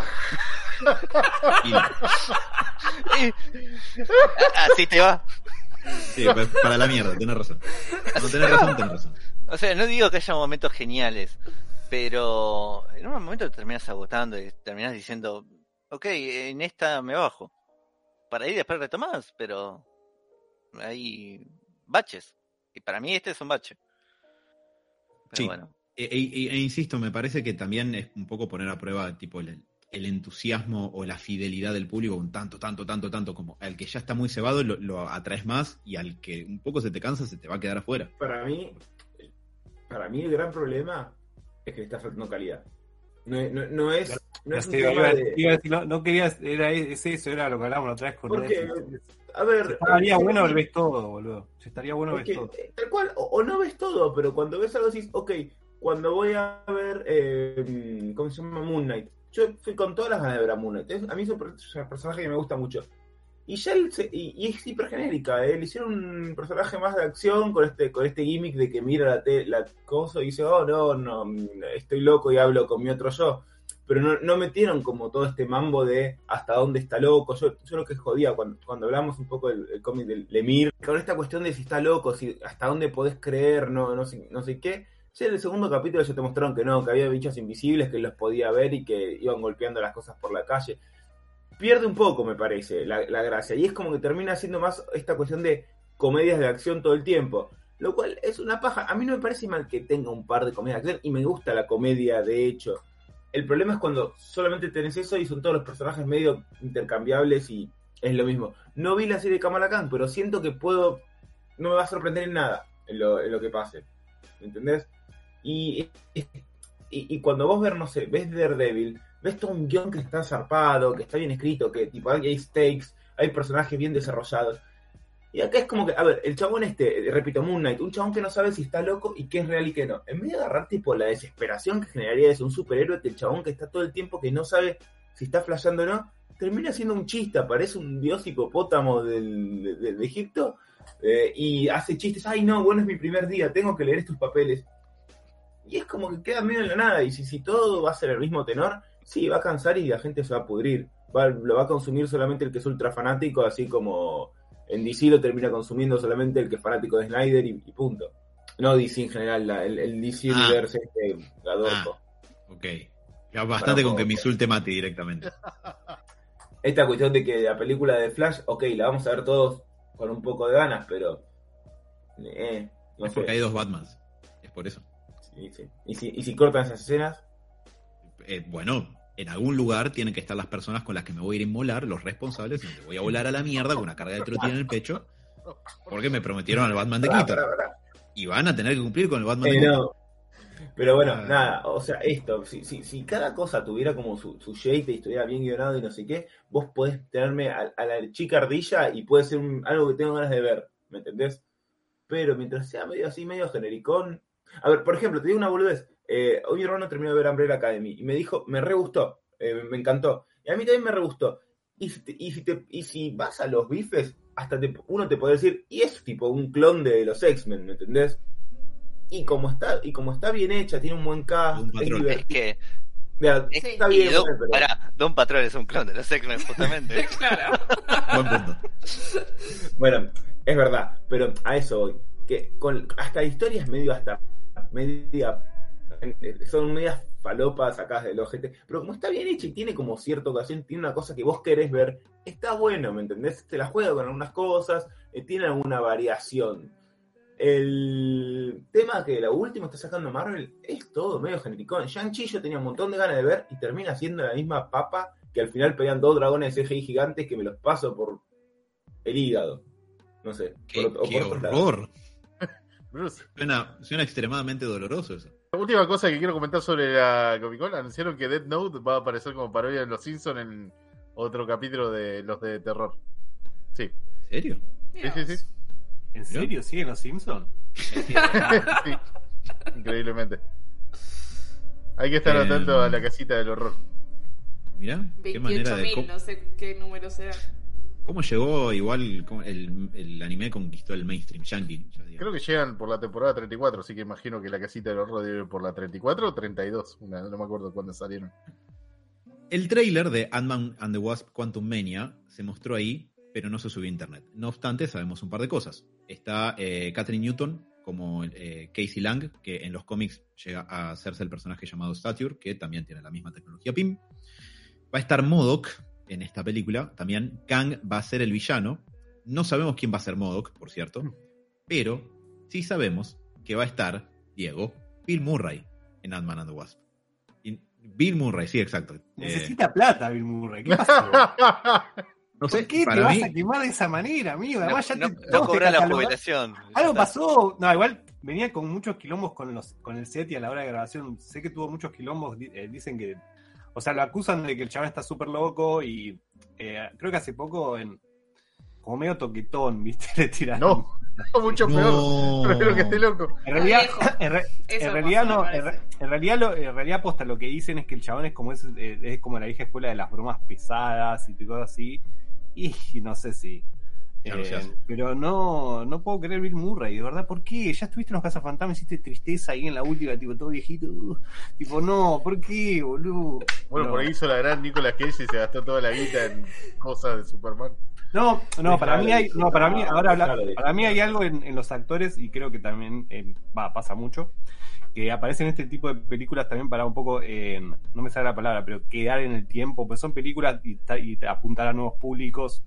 Así te va. Sí, para la mierda, tenés razón. No tenés razón. O sea, no digo que haya momentos geniales, pero en un momento te terminas agotando y terminas diciendo, ok, en esta me bajo. Para ir después retomás, pero hay baches. Y para mí este es un bache. Pero sí, bueno. E insisto, me parece que también es un poco poner a prueba tipo el entusiasmo o la fidelidad del público con tanto como al que ya está muy cebado lo atraes más, y al que un poco se te cansa se te va a quedar afuera. Para mí el gran problema es que le está faltando calidad. No es un tema de... No querías, es eso, era lo que hablábamos la otra vez con porque, Netflix. A ver, estaría bueno ver ves todo, boludo. Estaría bueno ver todo. Tal cual, o no ves todo, pero cuando ves algo decís, ok, cuando voy a ver, ¿cómo se llama? Moon Knight. Yo fui con todas las ganas de ver a Moon Knight. A mí es un personaje que me gusta mucho. Y ya y es hiper genérica, le hicieron un personaje más de acción con este gimmick de que mira la cosa y dice, oh no, estoy loco y hablo con mi otro yo. Pero no metieron como todo este mambo de hasta dónde está loco. Yo lo que jodía cuando hablamos un poco del cómic del Lemire, con esta cuestión de si está loco, si hasta dónde podés creer, no sé qué. Ya en el segundo capítulo ya te mostraron que no, que había bichos invisibles, que los podía ver y que iban golpeando las cosas por la calle. Pierde un poco, me parece, la gracia. Y es como que termina siendo más esta cuestión de comedias de acción todo el tiempo. Lo cual es una paja. A mí no me parece mal que tenga un par de comedias de acción y me gusta la comedia, de hecho. El problema es cuando solamente tenés eso y son todos los personajes medio intercambiables y es lo mismo. No vi la serie de Kamala Khan, pero siento que no me va a sorprender en nada en lo que pase. ¿Entendés? Y cuando vos ves Daredevil, ves todo un guión que está zarpado, que está bien escrito, que tipo hay stakes, hay personajes bien desarrollados. Y acá es como que, a ver, el chabón repito, Moon Knight, un chabón que no sabe si está loco y qué es real y qué no. En vez de agarrar tipo la desesperación que generaría eso, un superhéroe, el chabón que está todo el tiempo que no sabe si está flasheando o no, termina siendo un chiste, parece un dios hipopótamo de Egipto, y hace chistes, ay no, bueno, es mi primer día, tengo que leer estos papeles. Y es como que queda medio en la nada, y si todo va a ser el mismo tenor, sí, va a cansar y la gente se va a pudrir. Lo va a consumir solamente el que es ultra fanático, así como en DC lo termina consumiendo solamente el que es fanático de Snyder y punto. No DC en general, el DC Universe adorco. Ok. Ya bastante con que me insulte Mati directamente. Esta cuestión de que la película de Flash, ok, la vamos a ver todos con un poco de ganas, pero... no es sé. Porque hay dos Batmans. Es por eso. Sí. ¿Y si cortan esas escenas? Bueno, en algún lugar tienen que estar las personas con las que me voy a ir a inmolar, los responsables, y me voy a volar a la mierda con una carga de trotina en el pecho, porque me prometieron al Batman de Keaton. Y van a tener que cumplir con el Batman de Keaton. Pero bueno, nada, o sea, esto, si cada cosa tuviera como su shade y estuviera bien guionado y no sé qué, vos podés tenerme a la chica ardilla y puede ser algo que tengo ganas de ver, ¿me entendés? Pero mientras sea medio así, medio genericón. A ver, por ejemplo, te digo una boludez. Hoy mi hermano terminó de ver Umbrella Academy y me dijo, me re gustó, me encantó. Y a mí también me re gustó. Y si vas a los bifes, hasta uno te puede decir, y es tipo un clon de los X-Men, ¿me entendés? Y como está bien hecha, tiene un buen cast, es divertido. Es que Mira, está bien, pero... Doom Patrol es un clon de los X-Men, justamente. Claro. Buen punto. Bueno, es verdad, pero a eso voy. Que hasta historias son medias falopas sacadas del ojete, pero como está bien hecha y tiene como cierta ocasión, tiene una cosa que vos querés ver, está bueno, ¿me entendés? Te la juega con algunas cosas, tiene alguna variación. El tema que la última está sacando Marvel es todo medio genericón. Shang-Chi yo tenía un montón de ganas de ver y termina siendo la misma papa que al final pelean 2 dragones de CGI gigantes que me los paso por el hígado. No sé. ¡Qué horror! Suena extremadamente doloroso eso. La última cosa que quiero comentar sobre la Comic Con, anunciaron que Death Note va a aparecer como parodia de Los Simpsons en otro capítulo de los de terror. Sí. ¿En serio? Sí. ¿En serio siguen Los Simpsons? Sí, increíblemente. Hay que estar atento a la casita del horror. Mirá, qué manera de... 28.000, no sé qué número será. ¿Cómo llegó igual el anime conquistó el mainstream yankee? Creo que llegan por la temporada 34, así que imagino que la casita del horror debe ir por la 34 o 32. No me acuerdo cuándo salieron. El tráiler de Ant-Man and the Wasp Quantumania se mostró ahí, pero no se subió a internet. No obstante, sabemos un par de cosas. Está Catherine Newton como Casey Lang, que en los cómics llega a hacerse el personaje llamado Stature, que también tiene la misma tecnología PIM. Va a estar MODOK en esta película. También Kang va a ser el villano. No sabemos quién va a ser MODOK, por cierto. Pero sí sabemos que va a estar, Diego, Bill Murray en Ant-Man and the Wasp. Bill Murray, sí, exacto. Necesita plata, Bill Murray. ¿Qué pasó? No sé, ¿Por qué te vas a quemar de esa manera, amigo? Además, no cobra la jubilación. Algo pasó. No, igual venía con muchos quilombos con el set y a la hora de grabación. Sé que tuvo muchos quilombos. Dicen que... O sea, lo acusan de que el chaval está súper loco y creo que hace poco como medio toquetón, ¿viste? Le tiraron. No, mucho peor. Prefiero que esté loco. En realidad posta lo que dicen es que el chabón es como la vieja escuela de las bromas pesadas y cosas así. Y no sé si... pero no puedo creer Bill Murray, de verdad, ¿por qué? Ya estuviste en los Cazafantasmas, hiciste tristeza ahí en la última, tipo todo viejito, tipo no, ¿por qué, boludo? Bueno, por ahí hizo la gran Nicolas Cage y se gastó toda la guita en cosas de Superman. Para mí hay algo en los actores y creo que también pasa mucho, que aparecen este tipo de películas también para un poco, no me sale la palabra, pero quedar en el tiempo, pues son películas y apuntar a nuevos públicos.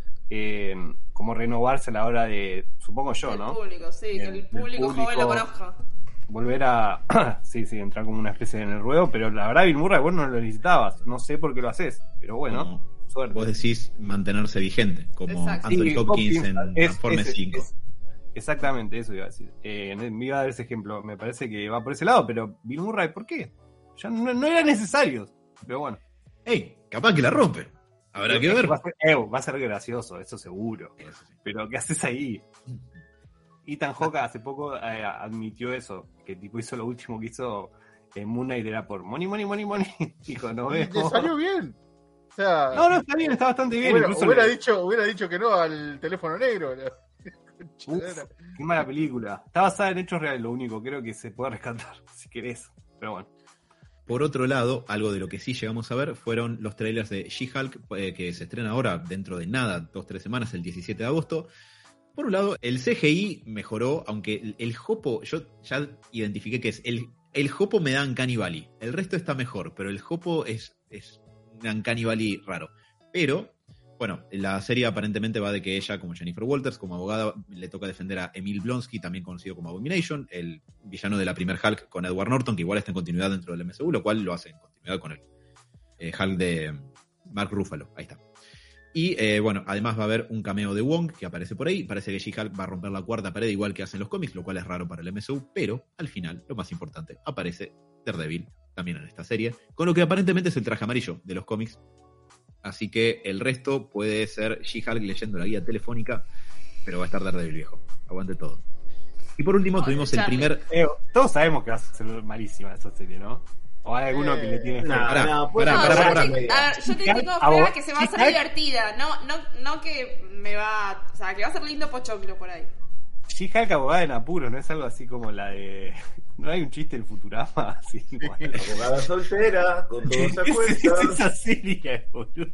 Como renovarse a la hora de, supongo yo, ¿no? Público, sí, que el público joven lo conozca. Volver a entrar como una especie en el ruedo, pero la verdad Bill Murray vos no lo necesitabas, no sé por qué lo haces, pero bueno, suerte. Vos decís mantenerse vigente, como Anthony Hopkins en Transformers 5. Exactamente, eso iba a decir. Me iba a dar ese ejemplo, me parece que va por ese lado, pero Bill Murray, ¿por qué? Ya no era necesario, pero bueno. Capaz que la rompe. Habrá que ver. Va a ser gracioso, eso seguro. Pero ¿qué haces ahí? Ethan Hawke hace poco admitió eso, que tipo hizo lo último que hizo en Moon Knight, era por money. Dijo, no veo. Le salió bien. O sea, no, está bien, está bastante bien. Hubiera dicho que no al teléfono negro. Qué mala película. Está basada en hechos reales, lo único, creo que se puede rescatar, si querés. Pero bueno. Por otro lado, algo de lo que sí llegamos a ver fueron los trailers de She-Hulk, que se estrena ahora dentro de nada, 2-3 semanas, el 17 de agosto. Por un lado, el CGI mejoró, aunque el Hopo, yo ya identifiqué que es el Hopo me da Uncanny Valley. El resto está mejor, pero el Hopo es un Uncanny Valley raro. Pero, bueno, la serie aparentemente va de que ella, como Jennifer Walters, como abogada, le toca defender a Emil Blonsky, también conocido como Abomination, el villano de la primer Hulk con Edward Norton, que igual está en continuidad dentro del MCU, lo cual lo hace en continuidad con el Hulk de Mark Ruffalo. Ahí está. Y bueno, además va a haber un cameo de Wong que aparece por ahí. Parece que She-Hulk va a romper la cuarta pared igual que hacen los cómics, lo cual es raro para el MCU, pero al final, lo más importante, aparece Daredevil también en esta serie, con lo que aparentemente es el traje amarillo de los cómics. Así que el resto puede ser She-Hulk leyendo la guía telefónica, pero va a estar Daredevil, viejo. Aguante todo. Y por último tuvimos el primer... todos sabemos que va a ser malísima esa serie, ¿no? ¿O hay alguno que le tiene fe? Pará. Yo te tengo fe a que se va a hacer divertida. No que me va... O sea, que va a ser lindo pochoclo por ahí. She-Hulk abogada en apuros, ¿no es algo así como la de... ¿No hay un chiste en Futurama? Así igual. Abogada soltera, con todos se acuerdan. Es esa serie, boludo.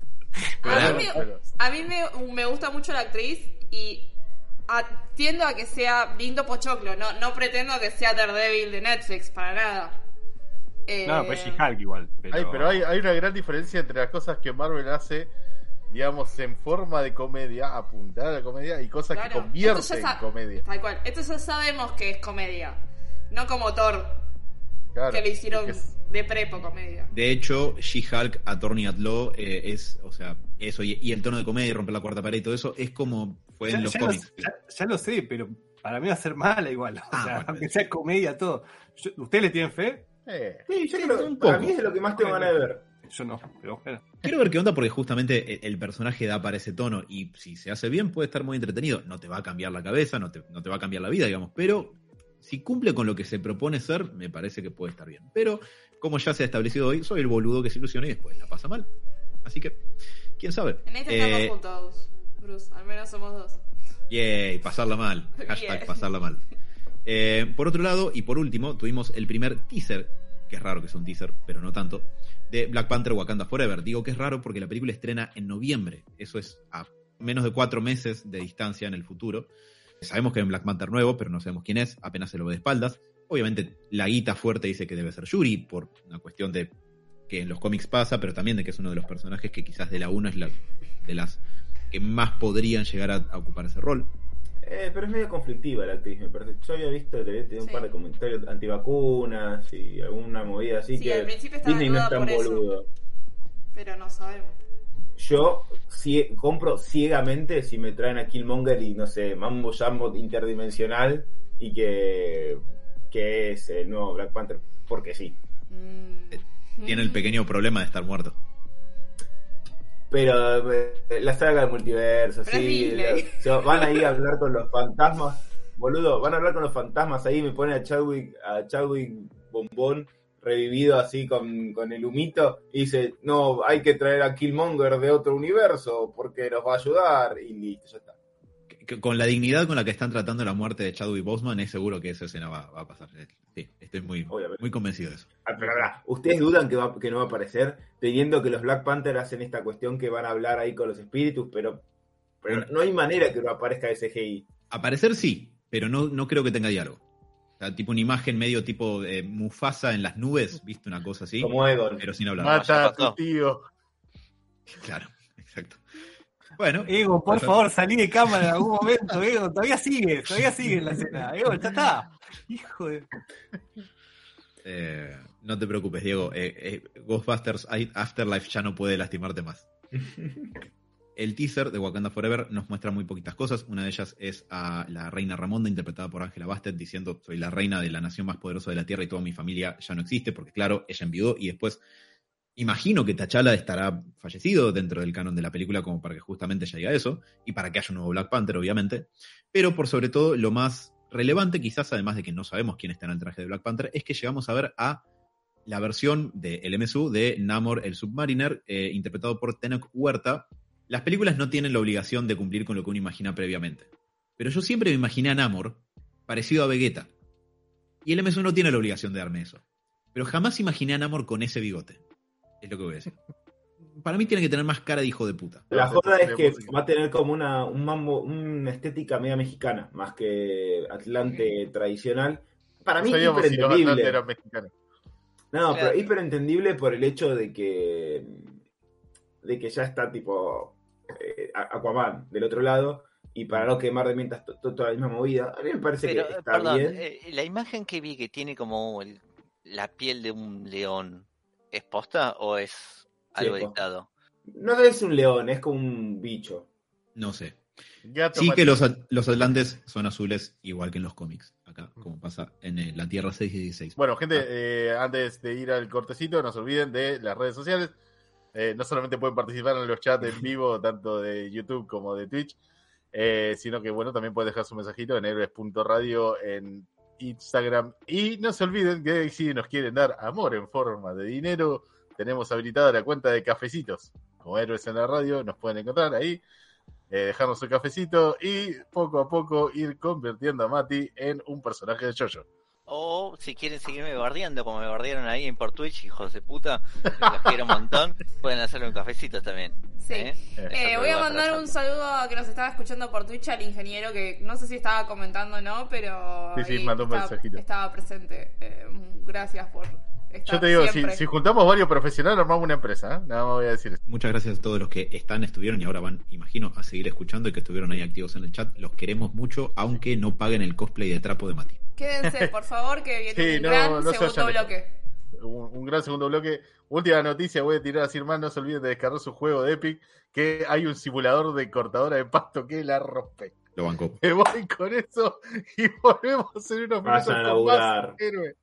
A mí me gusta mucho la actriz y tiendo a que sea lindo pochoclo. No pretendo que sea Daredevil de Netflix, para nada. No, pues She-Hulk igual. Pero hay una gran diferencia entre las cosas que Marvel hace, digamos, en forma de comedia, apuntar a la comedia, y cosas que convierten en comedia. Tal cual. Esto ya sabemos que es comedia. No como Thor, que le hicieron de prepo comedia. De hecho, She-Hulk, Attorney at Law, es, o sea, eso, y el tono de comedia y romper la cuarta pared y todo eso, es como fue en los cómics. Ya lo sé, pero para mí va a ser mala igual. O sea, aunque sea comedia, todo. ¿Ustedes le tienen fe? Sí, yo creo que para mí es lo que más tengo ganas de ver. Yo no, pero bueno. Quiero ver qué onda porque justamente el personaje da para ese tono y si se hace bien puede estar muy entretenido. No te va a cambiar la cabeza, no te va a cambiar la vida, digamos, pero si cumple con lo que se propone ser, me parece que puede estar bien. Pero como ya se ha establecido hoy, soy el boludo que se ilusiona y después la pasa mal. Así que, quién sabe. En este estamos juntos, Bruce, al menos somos dos. Yay, pasarla mal. Hashtag pasarla mal. Por otro lado, y por último, tuvimos el primer teaser, que es raro que sea un teaser, pero no tanto, de Black Panther Wakanda Forever. Digo que es raro porque la película estrena en noviembre. Eso es a menos de 4 meses de distancia en el futuro. Sabemos que hay un Black Panther nuevo, pero no sabemos quién es, apenas se lo ve de espaldas. Obviamente la guita fuerte dice que debe ser Shuri, por una cuestión de que en los cómics pasa, pero también de que es uno de los personajes que quizás de la 1 es de las que más podrían llegar a ocupar ese rol. Pero es medio conflictiva la actriz, me parece. Yo había visto que tenía un par de comentarios antivacunas y alguna movida así, que al principio estaba Disney no es tan boludo. Pero no sabemos. Yo compro ciegamente si me traen a Killmonger y no sé, Mambo Jambo interdimensional y que es el nuevo Black Panther, porque sí. Tiene el pequeño problema de estar muerto. Pero la saga del multiverso, sí. Van a ir a hablar con los fantasmas. Boludo, van a hablar con los fantasmas ahí, me pone a Chadwick Bombón revivido así con el humito y dice, no, hay que traer a Killmonger de otro universo porque nos va a ayudar y listo, ya está. Con la dignidad con la que están tratando la muerte de Chadwick Boseman, es seguro que esa escena va a pasar. Sí, estoy muy convencido de eso. Pero ¿ustedes dudan que no va a aparecer? Teniendo que los Black Panther hacen esta cuestión que van a hablar ahí con los espíritus, pero no hay manera que no aparezca ese CGI. Aparecer sí, pero no creo que tenga diálogo. O sea, tipo una imagen medio tipo Mufasa en las nubes, ¿viste? Una cosa así. Como Egon. Pero sin hablar. Mata a tu tío. Claro, exacto. Bueno. Egon, por favor, salí de cámara en algún momento, Egon. Todavía sigue en la escena. Egon, ya está. Hijo de... no te preocupes, Diego. Ghostbusters Afterlife ya no puede lastimarte más. El teaser de Wakanda Forever nos muestra muy poquitas cosas. Una de ellas es a la reina Ramonda, interpretada por Angela Bassett, diciendo: soy la reina de la nación más poderosa de la Tierra y toda mi familia ya no existe, porque claro, ella enviudó y después imagino que T'Challa estará fallecido dentro del canon de la película como para que justamente ya diga eso y para que haya un nuevo Black Panther, obviamente. Pero por sobre todo, lo más relevante, quizás además de que no sabemos quién está en el traje de Black Panther, es que llegamos a ver a la versión del MSU de Namor el Submariner, interpretado por Tenoch Huerta. Las películas no tienen la obligación de cumplir con lo que uno imagina previamente. Pero yo siempre me imaginé a Namor parecido a Vegeta. Y el MSU no tiene la obligación de darme eso. Pero jamás imaginé a Namor con ese bigote. Es lo que voy a decir. Para mí tiene que tener más cara de hijo de puta. La joda es que va a tener como una estética media mexicana, más que Atlante tradicional. Para mí es hiperentendible. No, pero hiperentendible por el hecho de que ya está tipo Aquaman del otro lado, y para no quemar de mientras toda la misma movida, a mí me parece que está bien. La imagen que vi que tiene como la piel de un león, ¿es posta o es algo editado? No es un león, es como un bicho. No sé. Gato Sí que Mateo. los Atlantes son azules, igual que en los cómics, acá, como pasa en la Tierra 6 y 16. Bueno, gente, antes de ir al cortecito, no se olviden de las redes sociales. No solamente pueden participar en los chats en vivo, tanto de YouTube como de Twitch, sino que, bueno, también pueden dejar su mensajito en héroes.radio en Instagram. Y no se olviden que si nos quieren dar amor en forma de dinero, tenemos habilitada la cuenta de cafecitos. Como Héroes en la Radio, nos pueden encontrar ahí. Dejarnos su cafecito y poco a poco ir convirtiendo a Mati en un personaje de JoJo. O si quieren seguirme bardeando, como me bardearon ahí por Twitch, hijos de puta, los quiero un montón, pueden hacerle un cafecito también. Sí. Voy a mandar un saludo a que nos estaba escuchando por Twitch al ingeniero, que no sé si estaba comentando o no, pero Sí, mandó un mensajito. Estaba presente. Gracias por estar Yo te digo, siempre. si juntamos varios profesionales, armamos una empresa, ¿eh? Nada más voy a decir eso. Muchas gracias a todos los que estuvieron y ahora van, imagino, a seguir escuchando y que estuvieron ahí activos en el chat. Los queremos mucho, aunque no paguen el cosplay de trapo de Mati. Quédense, por favor, que viene Sí, un no, gran no se segundo vayan. bloque. Un gran segundo bloque. Última noticia, voy a tirar así más, no se olviden de descargar su juego de Epic, que hay un simulador de cortadora de pasto que la rompe. Lo bancó. Me voy con eso y volvemos en unos minutos Vayan a con más laburar. héroe.